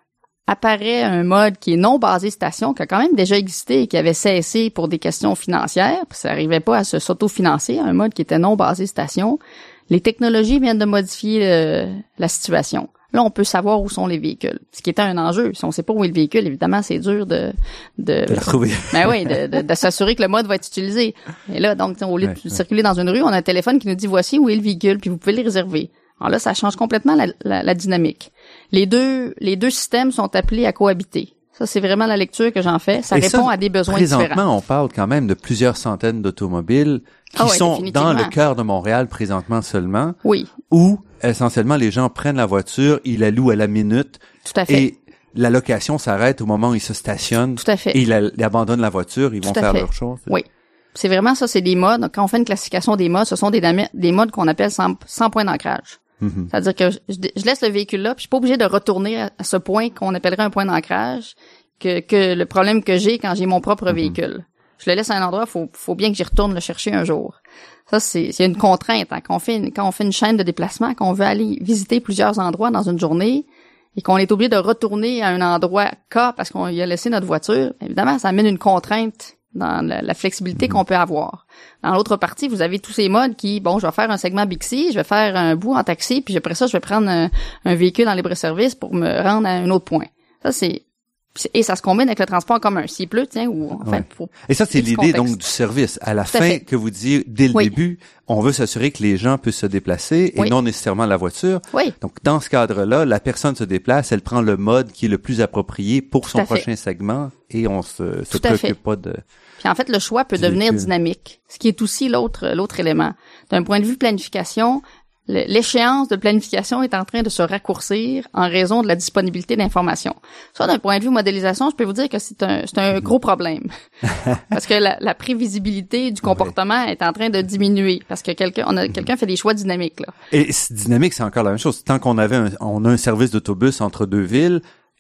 Apparaît un mode qui est non basé station, qui a quand même déjà existé et qui avait cessé pour des questions financières, puis ça n'arrivait pas à se s'autofinancer, un mode qui était non basé station. Les technologies viennent de modifier le, la situation. Là, on peut savoir où sont les véhicules, ce qui était un enjeu. Si on ne sait pas où est le véhicule, évidemment, c'est dur de de, de le trouver. Ben oui, de, de, de s'assurer que le mode va être utilisé. Et là, donc, au lieu ouais, de ouais. circuler dans une rue, on a un téléphone qui nous dit voici où est le véhicule, puis vous pouvez le réserver. Alors là, ça change complètement la, la, la dynamique. Les deux, les deux systèmes sont appelés à cohabiter. Ça, c'est vraiment la lecture que j'en fais. Ça Et répond ça, à des besoins présentement, différents. Présentement, on parle quand même de plusieurs centaines d'automobiles qui ah ouais, sont dans le cœur de Montréal présentement seulement. Oui. Où, essentiellement, les gens prennent la voiture, ils la louent à la minute. Tout à fait. Et la location s'arrête au moment où ils se stationnent. Tout à fait. Et ils, la, ils abandonnent la voiture, ils Tout vont faire leur chose. Oui. C'est vraiment ça, c'est des modes. Donc, quand on fait une classification des modes, ce sont des, des modes qu'on appelle sans, sans point d'ancrage. Mm-hmm. C'est-à-dire que je, je laisse le véhicule là, puis je suis pas obligé de retourner à, à ce point qu'on appellerait un point d'ancrage, que, que le problème que j'ai quand j'ai mon propre mm-hmm. véhicule. Je le laisse à un endroit, faut, faut bien que j'y retourne le chercher un jour. Ça, c'est, c'est une contrainte. Hein. Quand on fait une, quand on fait une chaîne de déplacement, quand on veut aller visiter plusieurs endroits dans une journée, et qu'on est obligé de retourner à un endroit K parce qu'on y a laissé notre voiture, évidemment, ça amène une contrainte dans la, la flexibilité mmh. qu'on peut avoir. Dans l'autre partie, vous avez tous ces modes qui, bon, je vais faire un segment Bixi, je vais faire un bout en taxi, puis après ça, je vais prendre un, un véhicule en libre-service pour me rendre à un autre point. Ça, c'est... Et ça se combine avec le transport en commun. S'il pleut, tiens, ou en ouais. fait... Pour, et ça, c'est l'idée contexte. Donc du service. À la Tout fin, à que vous disiez dès le oui. début, on veut s'assurer que les gens puissent se déplacer et oui. non nécessairement la voiture. Oui. Donc dans ce cadre-là, la personne se déplace, elle prend le mode qui est le plus approprié pour son prochain segment et on se, se préoccupe pas de... Puis en fait, le choix peut devenir véhicule. Dynamique, ce qui est aussi l'autre l'autre élément. D'un point de vue planification, l'échéance de planification est en train de se raccourcir en raison de la disponibilité d'informations. Ça, d'un point de vue modélisation, je peux vous dire que c'est un c'est un gros problème. Parce que la, la prévisibilité du comportement oui. est en train de diminuer. Parce que quelqu'un on a quelqu'un fait des choix dynamiques, là. Et dynamique, c'est encore la même chose. Tant qu'on avait un, on a un service d'autobus entre deux villes,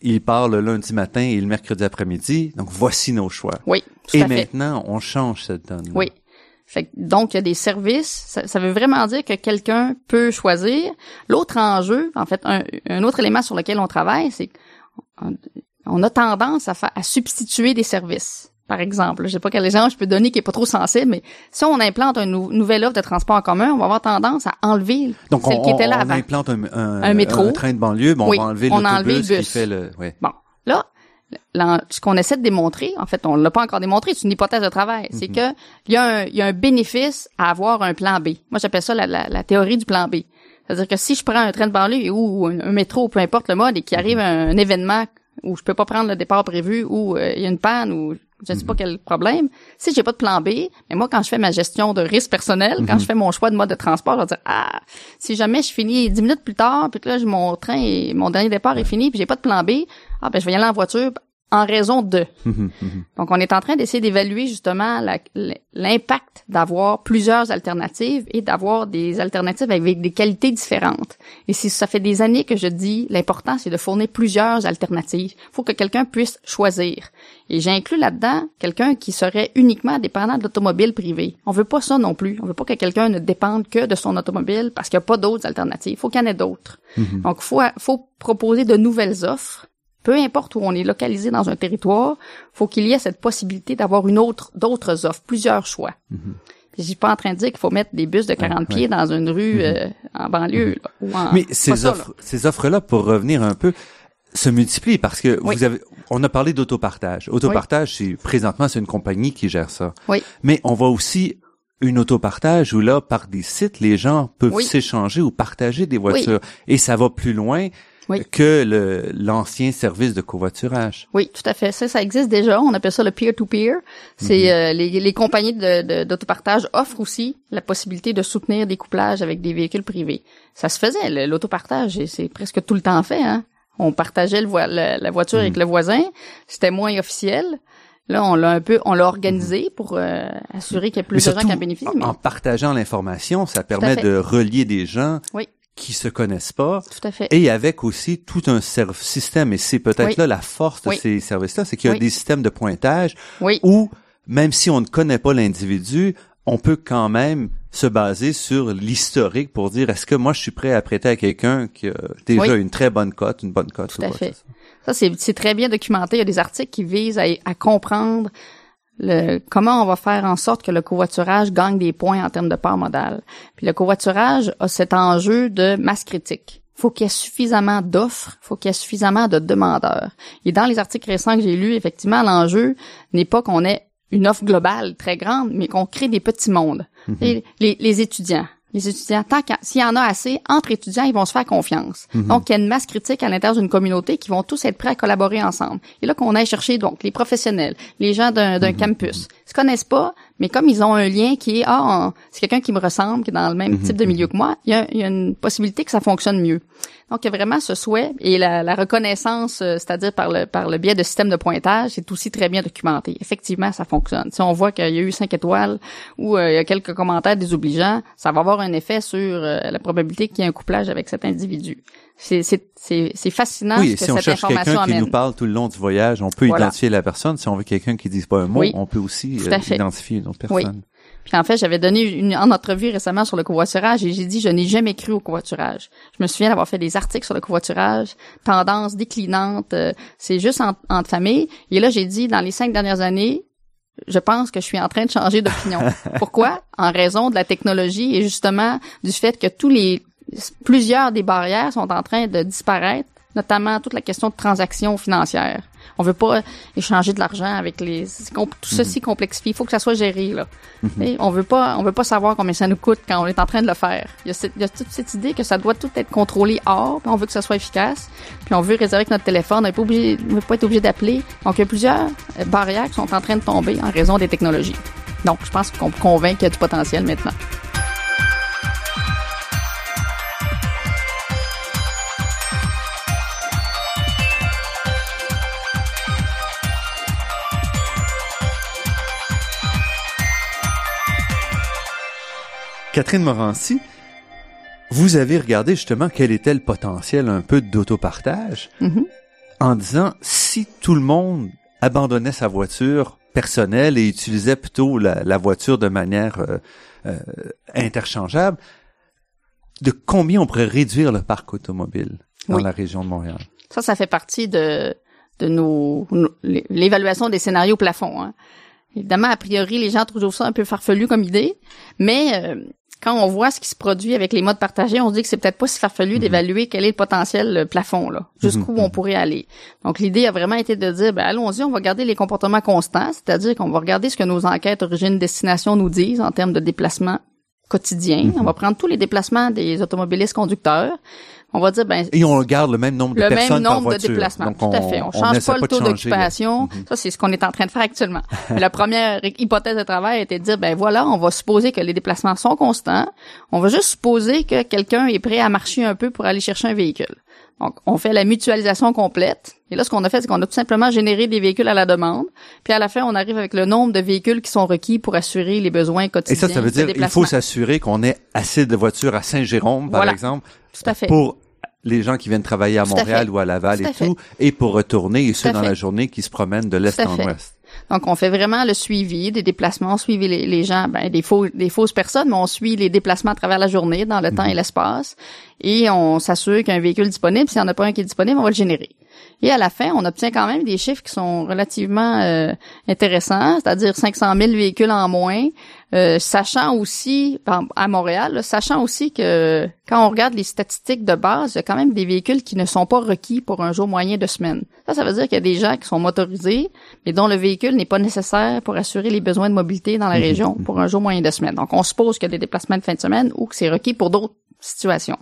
il part le lundi matin et le mercredi après-midi. Donc, voici nos choix. Oui, tout et à fait. Et maintenant, on change cette donne. Oui. Fait que, donc, il y a des services. Ça, ça veut vraiment dire que quelqu'un peut choisir. L'autre enjeu, en fait, un, un autre élément sur lequel on travaille, c'est qu'on on a tendance à, faire, à substituer des services. Par exemple, je sais pas quel exemple je peux donner qui est pas trop sensible, mais si on implante une nou- nouvelle offre de transport en commun, on va avoir tendance à enlever donc celle on, qui était là on avant. implante un, un, un métro, un train de banlieue, mais oui, on va enlever on a enlevé l'autobus le bus. qui fait le... Oui. Bon, là, là, ce qu'on essaie de démontrer, en fait, on l'a pas encore démontré, c'est une hypothèse de travail, c'est mm-hmm. que il y a un, il y a un bénéfice à avoir un plan B. Moi, j'appelle ça la, la, la théorie du plan B. C'est-à-dire que si je prends un train de banlieue ou un, un métro, peu importe le mode, et qu'il arrive un, un événement où je peux pas prendre le départ prévu, ou euh, il y a une panne, ou je ne sais pas quel problème. Si j'ai pas de plan B, mais moi, quand je fais ma gestion de risque personnel, mm-hmm. quand je fais mon choix de mode de transport, je vais dire, ah, si jamais je finis dix minutes plus tard, puis que là, mon train et mon dernier départ est fini, puis j'ai pas de plan B, ah, ben, je vais y aller en voiture en raison de. Mm-hmm. Donc, on est en train d'essayer d'évaluer justement la, l'impact d'avoir plusieurs alternatives et d'avoir des alternatives avec des qualités différentes. Et si ça fait des années que je dis, l'important, c'est de fournir plusieurs alternatives. Il faut que quelqu'un puisse choisir. Et j'inclus là-dedans quelqu'un qui serait uniquement dépendant de l'automobile privée. On veut pas ça non plus. On veut pas que quelqu'un ne dépende que de son automobile parce qu'il n'y a pas d'autres alternatives. Il faut qu'il y en ait d'autres. Mm-hmm. Donc, il faut, faut proposer de nouvelles offres. Peu importe où on est localisé dans un territoire, faut qu'il y ait cette possibilité d'avoir une autre, d'autres offres, plusieurs choix. Mm-hmm. Je suis pas en train de dire qu'il faut mettre des bus de quarante ouais, pieds ouais. dans une rue mm-hmm. euh, en banlieue. Là, ou en, Mais ces ça, offres, ces offres-là, pour revenir un peu, se multiplient parce que oui. vous avez, on a parlé d'autopartage. Autopartage, oui. c'est présentement c'est une compagnie qui gère ça. Oui. Mais on voit aussi une autopartage où là, par des sites, les gens peuvent oui. s'échanger ou partager des voitures. Oui. Et ça va plus loin. Oui. que le, l'ancien service de covoiturage. Oui, tout à fait. Ça, ça existe déjà. On appelle ça le peer-to-peer. C'est mm-hmm. euh, les, les compagnies de, de, d'autopartage offrent aussi la possibilité de soutenir des couplages avec des véhicules privés. Ça se faisait, l'autopartage, et c'est presque tout le temps fait. Hein? On partageait le vo- le, la voiture mm-hmm. avec le voisin. C'était moins officiel. Là, on l'a un peu, on l'a organisé mm-hmm. pour euh, assurer qu'il y ait plus mais de gens qui en bénéficient. Mais en partageant l'information, ça permet de relier des gens. Oui. qui se connaissent pas. Tout à fait. Et avec aussi tout un serv- système, et c'est peut-être oui. là la force de oui. ces services-là, c'est qu'il y a oui. des systèmes de pointage oui. où, même si on ne connaît pas l'individu, on peut quand même se baser sur l'historique pour dire, est-ce que moi je suis prêt à prêter à quelqu'un qui a déjà oui. une très bonne cote, une bonne cote. Tout à fait. Ça, ça c'est, c'est très bien documenté. Il y a des articles qui visent à, à comprendre Le, comment on va faire en sorte que le covoiturage gagne des points en termes de part modale. Puis le covoiturage a cet enjeu de masse critique. Il faut qu'il y ait suffisamment d'offres, il faut qu'il y ait suffisamment de demandeurs. Et dans les articles récents que j'ai lus, effectivement, l'enjeu n'est pas qu'on ait une offre globale très grande, mais qu'on crée des petits mondes. Mm-hmm. Et les, les étudiants. Les étudiants, tant qu'il s'il y en a assez, entre étudiants, ils vont se faire confiance. Mm-hmm. Donc, il y a une masse critique à l'intérieur d'une communauté qui vont tous être prêts à collaborer ensemble. Et là, qu'on aille chercher, donc, les professionnels, les gens d'un, d'un mm-hmm. campus. Ils se connaissent pas, mais comme ils ont un lien qui est, ah, oh, c'est quelqu'un qui me ressemble, qui est dans le même mm-hmm. type de milieu que moi, il y a, il y a une possibilité que ça fonctionne mieux. Donc, il y a vraiment ce souhait et la, la reconnaissance, euh, c'est-à-dire par le, par le biais de systèmes de pointage, c'est aussi très bien documenté. Effectivement, ça fonctionne. Si on voit qu'il y a eu cinq étoiles ou euh, il y a quelques commentaires désobligeants, ça va avoir un effet sur euh, la probabilité qu'il y ait un couplage avec cet individu. C'est, c'est, c'est, c'est fascinant oui, ce que si cette on cherche information quelqu'un amène. qui nous parle tout le long du voyage, on peut voilà. identifier la personne. Si on veut quelqu'un qui dise pas un mot, oui, on peut aussi euh, identifier une autre personne. Oui. Puis en fait, j'avais donné une en entrevue récemment sur le covoiturage et j'ai dit je n'ai jamais cru au covoiturage. Je me souviens d'avoir fait des articles sur le covoiturage, tendance déclinante, euh, c'est juste en, entre familles. Et là, j'ai dit dans les cinq dernières années, je pense que je suis en train de changer d'opinion. Pourquoi? En raison de la technologie et justement du fait que tous les plusieurs des barrières sont en train de disparaître, notamment toute la question de transactions financières. On veut pas échanger de l'argent avec les tout ceci complexifie. Il faut que ça soit géré là. Mm-hmm. On veut pas, on veut pas savoir combien ça nous coûte quand on est en train de le faire. Il y a, cette, il y a toute cette idée que ça doit tout être contrôlé hors, puis on veut que ça soit efficace, puis on veut réserver avec notre téléphone. On n'est pas obligé, on veut pas être obligé d'appeler. Donc il y a plusieurs barrières qui sont en train de tomber en raison des technologies. Donc je pense qu'on peut convaincre qu'il y a du potentiel maintenant. Catherine Morancy, vous avez regardé justement quel était le potentiel un peu d'autopartage. Mm-hmm. en disant, si tout le monde abandonnait sa voiture personnelle et utilisait plutôt la, la voiture de manière euh, euh, interchangeable, de combien on pourrait réduire le parc automobile dans oui. la région de Montréal? Ça, ça fait partie de, de nos, nos l'évaluation des scénarios plafond. Hein. Évidemment, a priori, les gens trouvent ça un peu farfelu comme idée, mais euh, quand on voit ce qui se produit avec les modes partagés, on se dit que c'est peut-être pas si farfelu mm-hmm. d'évaluer quel est le potentiel le plafond, là, jusqu'où mm-hmm. on pourrait aller. Donc, l'idée a vraiment été de dire, ben allons-y, on va garder les comportements constants, c'est-à-dire qu'on va regarder ce que nos enquêtes origine-destination nous disent en termes de déplacement quotidien. Mm-hmm. On va prendre tous les déplacements des automobilistes conducteurs. On va dire, ben. Et on garde le même nombre de le personnes même nombre par voiture. de déplacements. Donc, tout à fait. On, on change pas le taux d'occupation. Mm-hmm. Ça, c'est ce qu'on est en train de faire actuellement. La première hypothèse de travail était de dire, ben voilà, on va supposer que les déplacements sont constants. On va juste supposer que quelqu'un est prêt à marcher un peu pour aller chercher un véhicule. Donc, on fait la mutualisation complète. Et là, ce qu'on a fait, c'est qu'on a tout simplement généré des véhicules à la demande. Puis à la fin, on arrive avec le nombre de véhicules qui sont requis pour assurer les besoins quotidiens. Et ça, ça veut dire qu'il faut s'assurer qu'on ait assez de voitures à Saint-Jérôme, par voilà. exemple, tout à fait. pour les gens qui viennent travailler à Montréal à ou à Laval tout et à tout, et pour retourner, et ceux dans fait. la journée qui se promènent de l'est en fait. ouest. Donc, on fait vraiment le suivi des déplacements, on suit les, les gens, ben, des, faux, des fausses personnes, mais on suit les déplacements à travers la journée, dans le mm-hmm. temps et l'espace, et on s'assure qu'il y a un véhicule disponible. S'il n'y en a pas un qui est disponible, on va le générer. Et à la fin, on obtient quand même des chiffres qui sont relativement euh, intéressants, c'est-à-dire cinq cent mille véhicules en moins, euh, sachant aussi, à Montréal, là, sachant aussi que quand on regarde les statistiques de base, il y a quand même des véhicules qui ne sont pas requis pour un jour moyen de semaine. Ça, ça veut dire qu'il y a des gens qui sont motorisés, mais dont le véhicule n'est pas nécessaire pour assurer les besoins de mobilité dans la région pour un jour moyen de semaine. Donc, on suppose qu'il y a des déplacements de fin de semaine ou que c'est requis pour d'autres situations.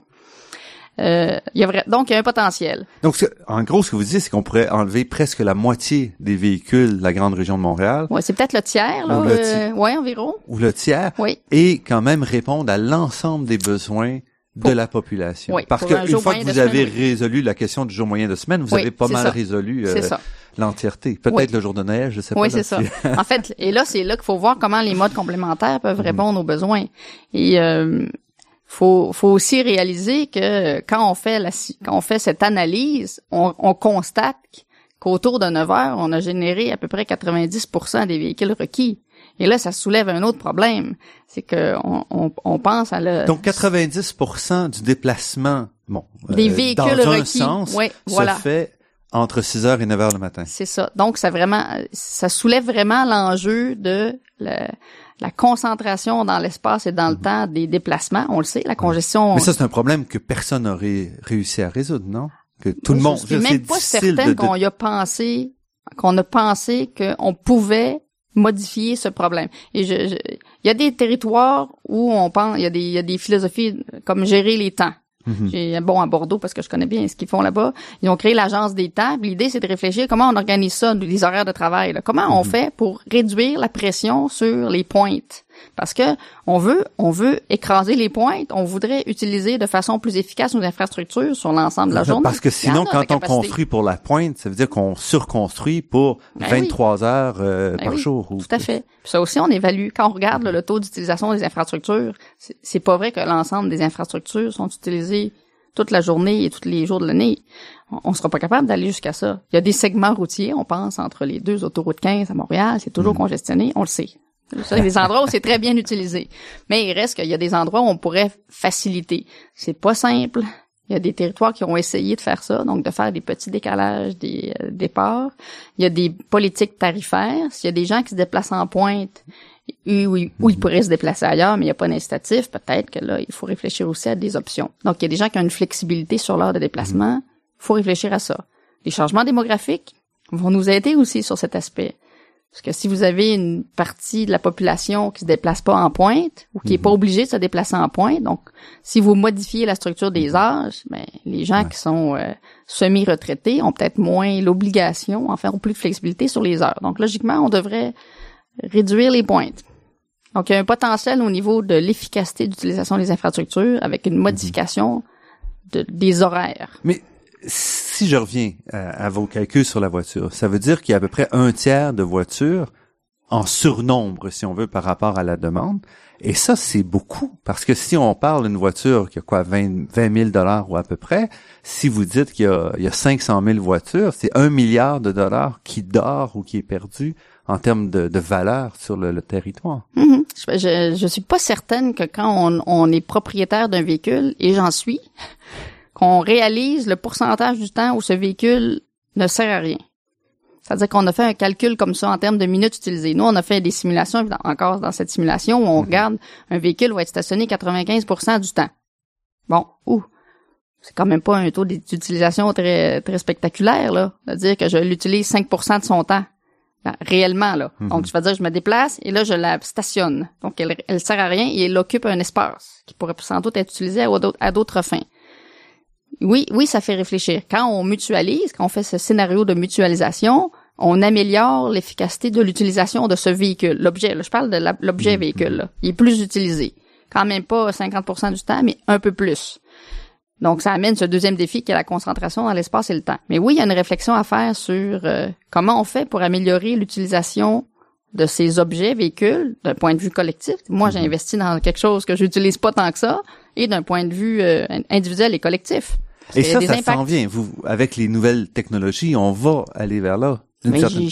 Euh, il y a vrai, donc il y a un potentiel. Donc en gros, ce que vous dites, c'est qu'on pourrait enlever presque la moitié des véhicules de la grande région de Montréal. Ouais, c'est peut-être le tiers là, le ti- euh, ouais, environ. Ou le tiers. Oui. Et quand même répondre à l'ensemble des besoins pour, de la population. Oui, parce que une fois que vous avez semaine, résolu oui. la question du jour moyen de semaine, vous oui, avez pas mal ça. résolu euh, l'entièreté. Peut-être oui. le jour de Noël, je sais oui, pas. Oui, c'est ça. En fait, et là, c'est là qu'il faut voir comment les modes complémentaires peuvent répondre aux besoins. Et euh, faut faut aussi réaliser que quand on fait la quand on fait cette analyse, on, on constate qu'autour de neuf heures, on a généré à peu près quatre-vingt-dix pour cent des véhicules requis. Et là, ça soulève un autre problème, c'est que on, on, on pense à le donc quatre-vingt-dix pour cent du déplacement, bon, des euh, véhicules dans un requis, sens, oui, voilà. se fait entre six heures et neuf heures le matin. C'est ça. Donc ça vraiment ça soulève vraiment l'enjeu de le, la concentration dans l'espace et dans le mmh. temps des déplacements. On le sait, la congestion. Mais ça, c'est un problème que personne n'aurait réussi à résoudre, non? Que tout le monde. Je suis même pas certaine de... qu'on y a pensé, qu'on a pensé qu'on pouvait modifier ce problème. Et je, je, il y a des territoires où on pense, il y a des, il y a des philosophies comme gérer les temps. Mm-hmm. J'ai, bon, à Bordeaux, parce que je connais bien ce qu'ils font là-bas, ils ont créé l'agence des temps. L'idée, c'est de réfléchir comment on organise ça, les horaires de travail. Là. Comment mm-hmm. on fait pour réduire la pression sur les pointes? Parce que on veut, on veut écraser les pointes. On voudrait utiliser de façon plus efficace nos infrastructures sur l'ensemble de la journée. Parce que sinon, quand on construit pour la pointe, ça veut dire qu'on surconstruit pour ben vingt-trois oui. heures euh, ben par oui, jour. Ou... Tout à fait. Puis ça aussi, on évalue. Quand on regarde là, le taux d'utilisation des infrastructures, c'est, c'est pas vrai que l'ensemble des infrastructures sont utilisées toute la journée et tous les jours de l'année. On, on sera pas capable d'aller jusqu'à ça. Il y a des segments routiers, on pense, entre les deux autoroutes quinze à Montréal, c'est toujours mmh. congestionné, on le sait. Il y a des endroits où c'est très bien utilisé. Mais il reste qu'il y a des endroits où on pourrait faciliter. C'est pas simple. Il y a des territoires qui ont essayé de faire ça, donc de faire des petits décalages des euh, départs. Il y a des politiques tarifaires. S'il y a des gens qui se déplacent en pointe, où, où ils pourraient se déplacer ailleurs, mais il n'y a pas d'incitatif, peut-être que là, il faut réfléchir aussi à des options. Donc, il y a des gens qui ont une flexibilité sur l'heure de déplacement. Il faut réfléchir à ça. Les changements démographiques vont nous aider aussi sur cet aspect. Parce que si vous avez une partie de la population qui se déplace pas en pointe ou qui est pas obligée de se déplacer en pointe, donc si vous modifiez la structure des âges, ben les gens ouais. qui sont euh, semi-retraités ont peut-être moins l'obligation, en fait, ont plus de flexibilité sur les heures. Donc logiquement, on devrait réduire les pointes. Donc il y a un potentiel au niveau de l'efficacité d'utilisation des infrastructures avec une modification de, des horaires. Mais si je reviens à, à vos calculs sur la voiture, ça veut dire qu'il y a à peu près un tiers de voitures en surnombre, si on veut, par rapport à la demande. Et ça, c'est beaucoup. Parce que si on parle d'une voiture qui a quoi, vingt mille dollars ou à peu près, si vous dites qu'il y a, il y a cinq cent mille voitures, c'est un milliard de dollars qui dort ou qui est perdu en termes de, de valeur sur le, le territoire. Mm-hmm. Je, je, je suis pas certaine que quand on, on est propriétaire d'un véhicule, et j'en suis, qu'on réalise le pourcentage du temps où ce véhicule ne sert à rien. C'est-à-dire qu'on a fait un calcul comme ça en termes de minutes utilisées. Nous, on a fait des simulations, encore dans cette simulation, où on regarde un véhicule va être stationné quatre-vingt-quinze pour cent du temps. Bon, ouh, c'est quand même pas un taux d'utilisation très très spectaculaire, là. C'est-à-dire que je l'utilise cinq pour cent de son temps, là, réellement, là. Mm-hmm. Donc, je veux dire, je me déplace et là, je la stationne. Donc, elle, elle sert à rien et elle occupe un espace qui pourrait sans doute être utilisé à, à d'autres fins. Oui, oui, ça fait réfléchir. Quand on mutualise, quand on fait ce scénario de mutualisation, on améliore l'efficacité de l'utilisation de ce véhicule. L'objet, là, je parle de la, l'objet véhicule, là. Il est plus utilisé. Quand même pas cinquante pour cent du temps, mais un peu plus. Donc, ça amène ce deuxième défi qui est la concentration dans l'espace et le temps. Mais oui, il y a une réflexion à faire sur euh, comment on fait pour améliorer l'utilisation de ces objets véhicules d'un point de vue collectif. Moi, j'ai investi dans quelque chose que j'utilise pas tant que ça, et d'un point de vue euh, individuel et collectif. Et ça, ça s'en vient. Vous, avec les nouvelles technologies, on va aller vers là. Mais certaine...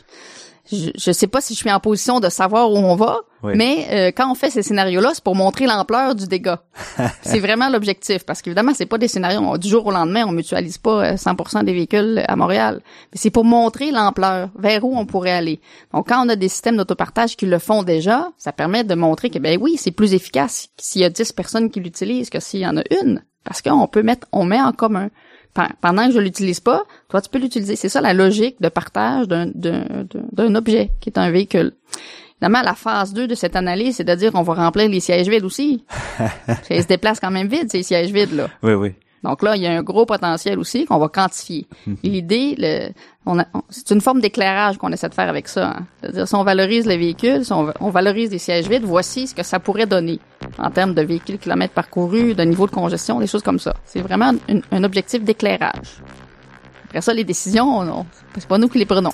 je, je sais pas si je suis en position de savoir où on va, oui. mais euh, quand on fait ces scénarios-là, c'est pour montrer l'ampleur du dégât. C'est vraiment l'objectif, parce qu'évidemment, c'est pas des scénarios. On, du jour au lendemain, on mutualise pas cent pour cent des véhicules à Montréal. Mais c'est pour montrer l'ampleur, vers où on pourrait aller. Donc, quand on a des systèmes d'autopartage qui le font déjà, ça permet de montrer que, ben oui, c'est plus efficace s'il y a dix personnes qui l'utilisent que s'il y en a une. Parce qu'on peut mettre, on met en commun. Pendant que je l'utilise pas, toi, tu peux l'utiliser. C'est ça la logique de partage d'un, d'un, d'un objet qui est un véhicule. Évidemment, la phase deux de cette analyse, c'est de dire qu'on va remplir les sièges vides aussi. Ils se déplacent quand même vides, ces sièges vides-là. Oui, oui. Donc là, il y a un gros potentiel aussi qu'on va quantifier. Mm-hmm. Et l'idée, le, on a, on, c'est une forme d'éclairage qu'on essaie de faire avec ça. Hein. C'est-à-dire, si on valorise les véhicules, si on, on valorise les sièges vides, voici ce que ça pourrait donner en termes de véhicules kilomètres parcourus, de niveau de congestion, des choses comme ça. C'est vraiment une, un objectif d'éclairage. Après ça, les décisions, on, c'est pas nous qui les prenons.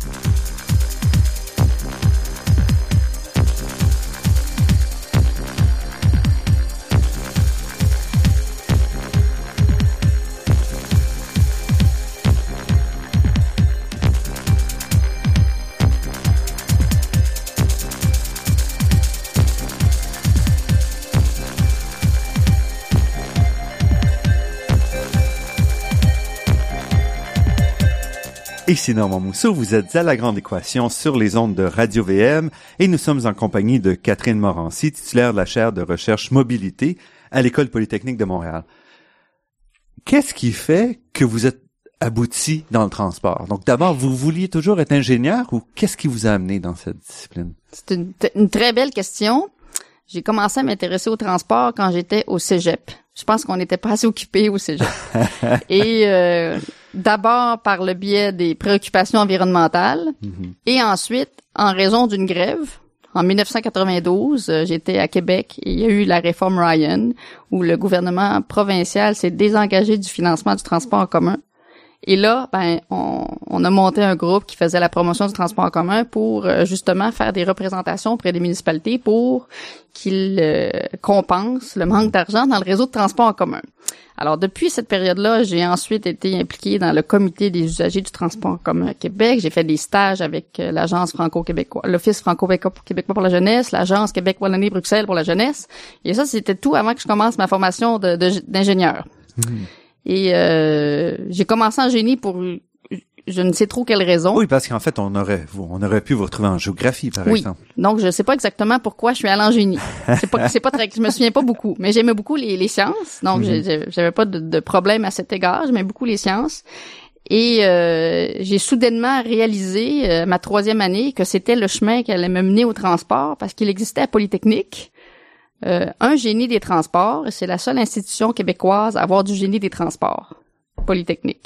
Ici Normand Mousseau, vous êtes à La Grande Équation sur les ondes de Radio-V M et nous sommes en compagnie de Catherine Morancy, titulaire de la chaire de recherche mobilité à l'École polytechnique de Montréal. Qu'est-ce qui fait que vous êtes abouti dans le transport? Donc d'abord, vous vouliez toujours être ingénieur ou qu'est-ce qui vous a amené dans cette discipline? C'est une, t- une très belle question. J'ai commencé à m'intéresser au transport quand j'étais au cégep. Je pense qu'on n'était pas assez occupés au cégep. Et euh, d'abord par le biais des préoccupations environnementales mm-hmm. et ensuite en raison d'une grève. En dix-neuf cent quatre-vingt-douze, euh, j'étais à Québec et il y a eu la réforme Ryan où le gouvernement provincial s'est désengagé du financement du transport en commun. Et là, ben, on, on a monté un groupe qui faisait la promotion du transport en commun pour euh, justement faire des représentations auprès des municipalités pour qu'ils euh, compensent le manque d'argent dans le réseau de transport en commun. Alors, depuis cette période-là, j'ai ensuite été impliquée dans le comité des usagers du transport en commun à Québec. J'ai fait des stages avec euh, l'agence franco-québécois, l'Office franco-québécois pour la jeunesse, l'agence Québec-Wallonie-Bruxelles pour la jeunesse. Et ça, c'était tout avant que je commence ma formation de, de, d'ingénieur. Mmh. Et euh, j'ai commencé en génie pour je ne sais trop quelle raison. Oui, parce qu'en fait, on aurait on aurait pu vous retrouver en géographie, par oui. exemple. Donc, je sais pas exactement pourquoi je suis allée en génie. C'est pas c'est pas très, je me souviens pas beaucoup, mais j'aimais beaucoup les, les sciences. Donc, mm-hmm. j'avais pas de, de problème à cet égard. J'aimais beaucoup les sciences. Et euh, j'ai soudainement réalisé euh, ma troisième année que c'était le chemin qui allait me mener au transport parce qu'il existait à Polytechnique euh, un génie des transports. C'est la seule institution québécoise à avoir du génie des transports, Polytechnique.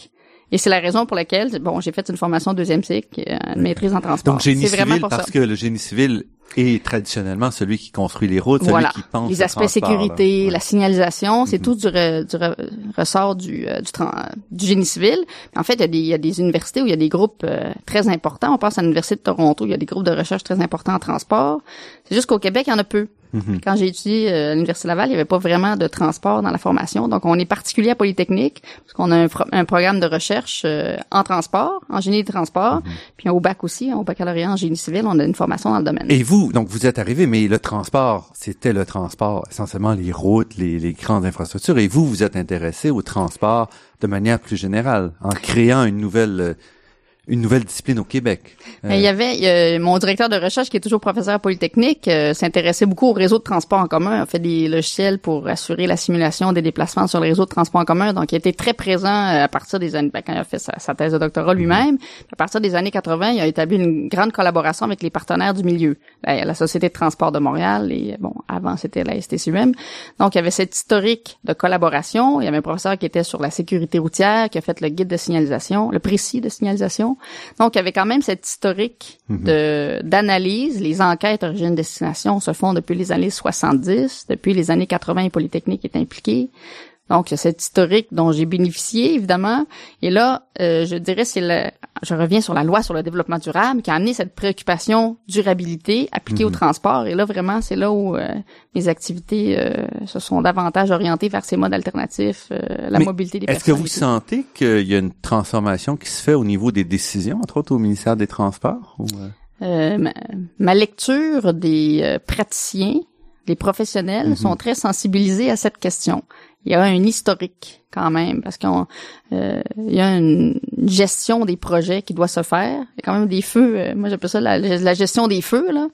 Et c'est la raison pour laquelle, bon, j'ai fait une formation deuxième cycle, une maîtrise en transport. Donc, génie c'est vraiment civil, pour parce ça. que le génie civil est traditionnellement celui qui construit les routes, celui Voilà. qui pense les le aspects transport, sécurité, là. la signalisation, c'est Mm-hmm. tout du, re, du re, ressort du, euh, du, tra- du génie civil. En fait, il y a des, il y a des universités où il y a des groupes euh, très importants. On pense à l'Université de Toronto, il y a des groupes de recherche très importants en transport. C'est juste qu'au Québec, il y en a peu. Mm-hmm. Quand j'ai étudié euh, à l'Université Laval, il n'y avait pas vraiment de transport dans la formation. Donc, on est particulier à Polytechnique, parce qu'on a un, pro- un programme de recherche euh, en transport, en génie de transport, Mm-hmm. puis au bac aussi, au baccalauréat en génie civil, on a une formation dans le domaine. Et vous, donc vous êtes arrivé, mais le transport, c'était le transport, essentiellement les routes, les, les grandes infrastructures, et vous, vous êtes intéressé au transport de manière plus générale, en créant une nouvelle... euh, une nouvelle discipline au Québec. Euh, il y avait il y a, mon directeur de recherche qui est toujours professeur à Polytechnique euh, s'intéressait beaucoup au réseau de transport en commun, a fait des logiciels pour assurer la simulation des déplacements sur le réseau de transport en commun, donc il était très présent à partir des années ben, quand il a fait sa, sa thèse de doctorat lui-même. À partir des années quatre-vingts, il a établi une grande collaboration avec les partenaires du milieu, la, la Société de transport de Montréal et bon, avant c'était la S T C U M. Donc il y avait cette historique de collaboration, il y avait un professeur qui était sur la sécurité routière, qui a fait le guide de signalisation, le précis de signalisation. Donc, il y avait quand même cette historique Mm-hmm. de d'analyse. Les enquêtes origine-destination se font depuis les années soixante-dix. Depuis les années quatre-vingts, Polytechnique est impliqué. Donc, il y a cette historique dont j'ai bénéficié, évidemment. Et là, euh, je dirais, c'est le, je reviens sur la loi sur le développement durable qui a amené cette préoccupation durabilité appliquée Mm-hmm. au transport. Et là, vraiment, c'est là où euh, mes activités euh, se sont davantage orientées vers ces modes alternatifs, euh, la Mais mobilité des est-ce que personnes. vous sentez qu'il y a une transformation qui se fait au niveau des décisions, entre autres au ministère des Transports? Ou euh... Euh, ma, ma lecture des euh, praticiens, des professionnels, Mm-hmm. sont très sensibilisés à cette question. Il y a un historique quand même, parce qu'on euh, il y a une gestion des projets qui doit se faire. Il y a quand même des feux. Euh, moi, j'appelle ça la, la gestion des feux là.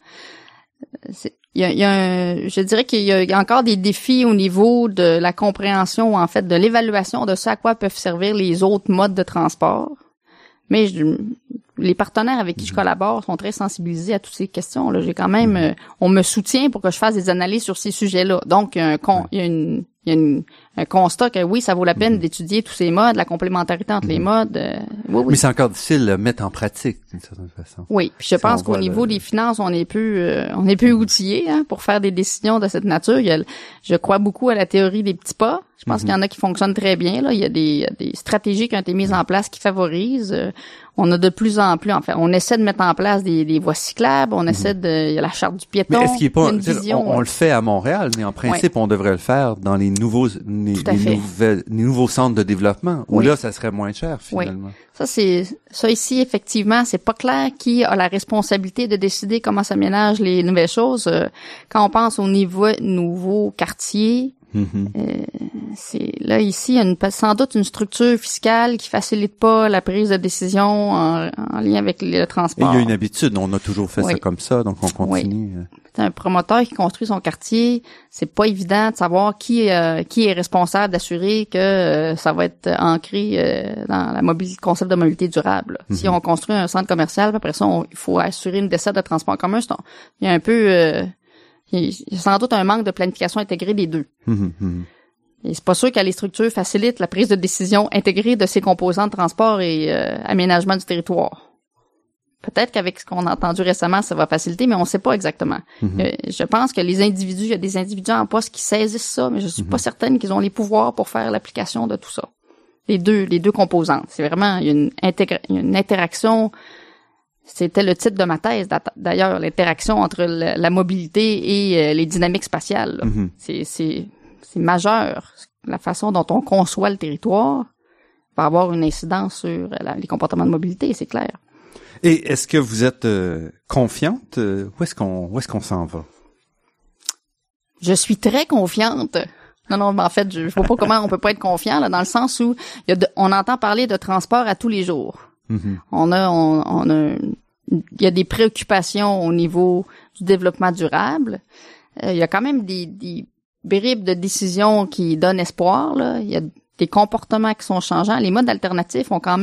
C'est, il y a, il y a un, je dirais qu'il y a, il y a encore des défis au niveau de la compréhension, en fait, de l'évaluation de ce à quoi peuvent servir les autres modes de transport. Mais je, les partenaires avec qui je collabore sont très sensibilisés à toutes ces questions-là. J'ai quand même, euh, on me soutient pour que je fasse des analyses sur ces sujets-là. Donc, il y a un, con, il y a une, il y a une, un constat que oui, ça vaut la peine d'étudier tous ces modes, la complémentarité entre les modes. Euh, oui, oui. Mais c'est encore difficile de le mettre en pratique, d'une certaine façon. Oui, puis je Si pense on qu'au voit niveau le- des finances, on est plus, euh, on est plus outillé hein, pour faire des décisions de cette nature. Il y a, je crois beaucoup à la théorie des petits pas. Je pense qu'il y en a qui fonctionnent très bien. Là, il y a des, il y a des stratégies qui ont été mises en place qui favorisent. Euh, on a de plus en plus, en fait, on essaie de mettre en place des, des voies cyclables. On essaie de, il y a la charte du piéton. Mais est-ce qu'il est il y pas, a une tu sais, vision, on, on le fait à Montréal, mais en principe, on devrait le faire dans les nouveaux, les, Tout à les fait. nouvelles, les nouveaux centres de développement, où Oui. là, ça serait moins cher, finalement. Ça, c'est, ça ici, effectivement, c'est pas clair qui a la responsabilité de décider comment s'aménagent les nouvelles choses. Euh, quand on pense au niveau, nouveau quartier, Mhm. euh, c'est, là, ici, il y a une, sans doute une structure fiscale qui facilite pas la prise de décision en, en lien avec le Et transport. il y a une habitude, on a toujours fait Oui. ça comme ça, donc on continue. euh. C'est un promoteur qui construit son quartier, c'est pas évident de savoir qui euh, qui est responsable d'assurer que euh, ça va être ancré euh, dans la mobilité, concept de mobilité durable. Mm-hmm. Si on construit un centre commercial, puis après ça, on- il faut assurer une desserte de transport en commun. C'est un- il y a un peu, euh, il y a sans doute un manque de planification intégrée des deux. Mhm, mhm. Et c'est pas sûr que les structures facilitent la prise de décision intégrée de ces composants de transport et euh, aménagement du territoire. Peut-être qu'avec ce qu'on a entendu récemment, ça va faciliter, mais on ne sait pas exactement. Mhm. Euh, je pense que les individus, il y a des individus en poste qui saisissent ça, mais je suis pas certaine qu'ils ont les pouvoirs pour faire l'application de tout ça. Les deux, les deux composantes. C'est vraiment, il y a une, intégra- il y a une interaction. C'était le titre de ma thèse, d'a- d'ailleurs, l'interaction entre le- la mobilité et euh, les dynamiques spatiales. là. Mhm. C'est, c'est, c'est majeur. La façon dont on conçoit le territoire va avoir une incidence sur la- les comportements de mobilité, c'est clair. Et est-ce que vous êtes euh, confiante? Euh, Où est-ce qu'on où est-ce qu'on s'en va? Je suis très confiante. Non, non, mais en fait, je, je vois pas comment on peut pas être confiant, là, dans le sens où il y a de- on entend parler de transport à tous les jours. Mhm. On a, on, on a, il y a des préoccupations au niveau du développement durable. Euh, il y a quand même des, des bribes de décisions qui donnent espoir, là. Il y a des comportements qui sont changeants. Les modes alternatifs ont quand même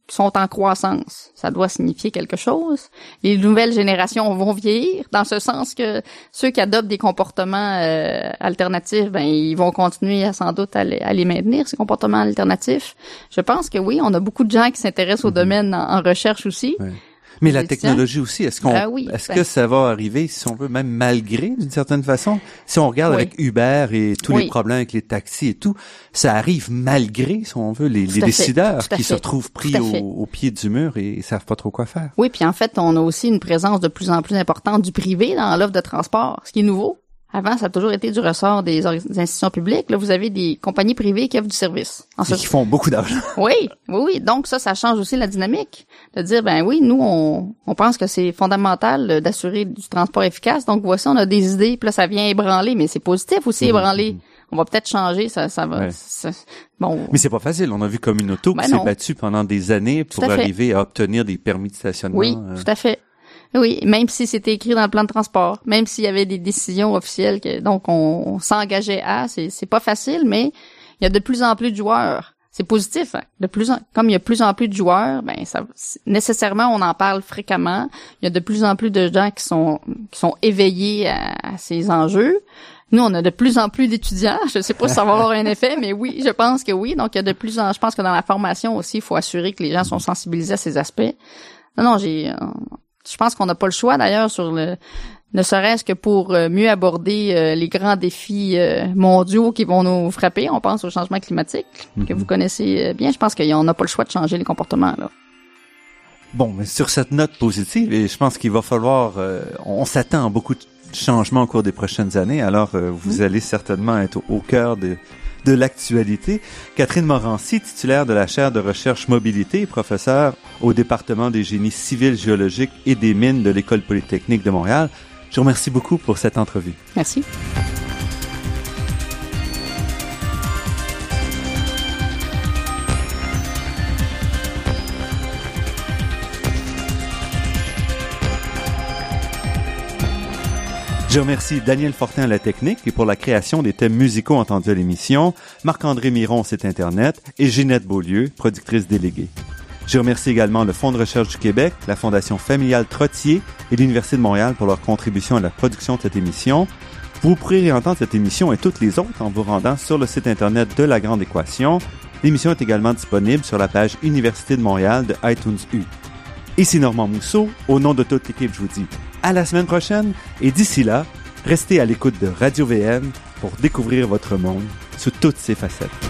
sont en croissance. Ça doit signifier quelque chose. Les nouvelles générations vont vieillir, dans ce sens que ceux qui adoptent des comportements euh, alternatifs, ben ils vont continuer à, sans doute à les, à les maintenir, ces comportements alternatifs. Je pense que oui, on a beaucoup de gens qui s'intéressent au mm-hmm. domaine en, en recherche aussi. Ouais. Mais la technologie aussi, est-ce qu'on, ah oui, est-ce ben, que ça va arriver, si on veut, même malgré, d'une certaine façon? Si on regarde oui. avec Uber et tous oui. les problèmes avec les taxis et tout, ça arrive malgré, si on veut, les, les décideurs qui se retrouvent pris au, au pied du mur et, et savent pas trop quoi faire. Oui, puis en fait, on a aussi une présence de plus en plus importante du privé dans l'offre de transport, ce qui est nouveau. Avant, ça a toujours été du ressort des, or- des institutions publiques. Là, vous avez des compagnies privées qui offrent du service. En et qui font beaucoup d'argent. Oui, oui, oui. Donc ça, ça change aussi la dynamique. De dire, ben oui, nous, on, on pense que c'est fondamental d'assurer du transport efficace. Donc voici, on a des idées, puis là, ça vient ébranler, mais c'est positif aussi, mmh, ébranler. Mmh. On va peut-être changer, ça, ça va. Ouais. Ça, bon. Mais c'est pas facile. On a vu Communauto ben qui non. s'est battu pendant des années pour à arriver à obtenir des permis de stationnement. Oui, euh... tout à fait. Oui, même si c'était écrit dans le plan de transport, même s'il y avait des décisions officielles, que donc on, on s'engageait à, c'est, c'est pas facile, mais il y a de plus en plus de joueurs. C'est positif. Hein? De plus en, comme il y a de plus en plus de joueurs, ben ça nécessairement on en parle fréquemment. Il y a de plus en plus de gens qui sont qui sont éveillés à, à ces enjeux. Nous, on a de plus en plus d'étudiants. Je sais pas si ça va avoir un effet, mais oui, je pense que oui. Donc il y a de plus en, je pense que dans la formation aussi, il faut assurer que les gens sont sensibilisés à ces aspects. Non, non, j'ai. Euh, Je pense qu'on n'a pas le choix d'ailleurs sur le ne serait-ce que pour euh, mieux aborder euh, les grands défis euh, mondiaux qui vont nous frapper. On pense au changement climatique mm-hmm. que vous connaissez bien. Je pense qu'on n'a pas le choix de changer les comportements là. Bon, mais sur cette note positive, et je pense qu'il va falloir euh, on s'attend à beaucoup de changements au cours des prochaines années. Alors euh, vous mm-hmm. allez certainement être au, au cœur de de l'actualité. Catherine Morancy, titulaire de la chaire de recherche mobilité et professeure au département des génies civils, géologiques et des mines de l'École polytechnique de Montréal. Je vous remercie beaucoup pour cette entrevue. Merci. Je remercie Daniel Fortin à la technique et pour la création des thèmes musicaux entendus à l'émission, Marc-André Miron au site Internet et Ginette Beaulieu, productrice déléguée. Je remercie également le Fonds de recherche du Québec, la Fondation familiale Trottier et l'Université de Montréal pour leur contribution à la production de cette émission. Vous pourrez réentendre cette émission et toutes les autres en vous rendant sur le site Internet de La Grande Équation. L'émission est également disponible sur la page Université de Montréal de iTunes U. Ici Normand Mousseau, au nom de toute l'équipe, je vous dis à la semaine prochaine et d'ici là, restez à l'écoute de Radio V M pour découvrir votre monde sous toutes ses facettes.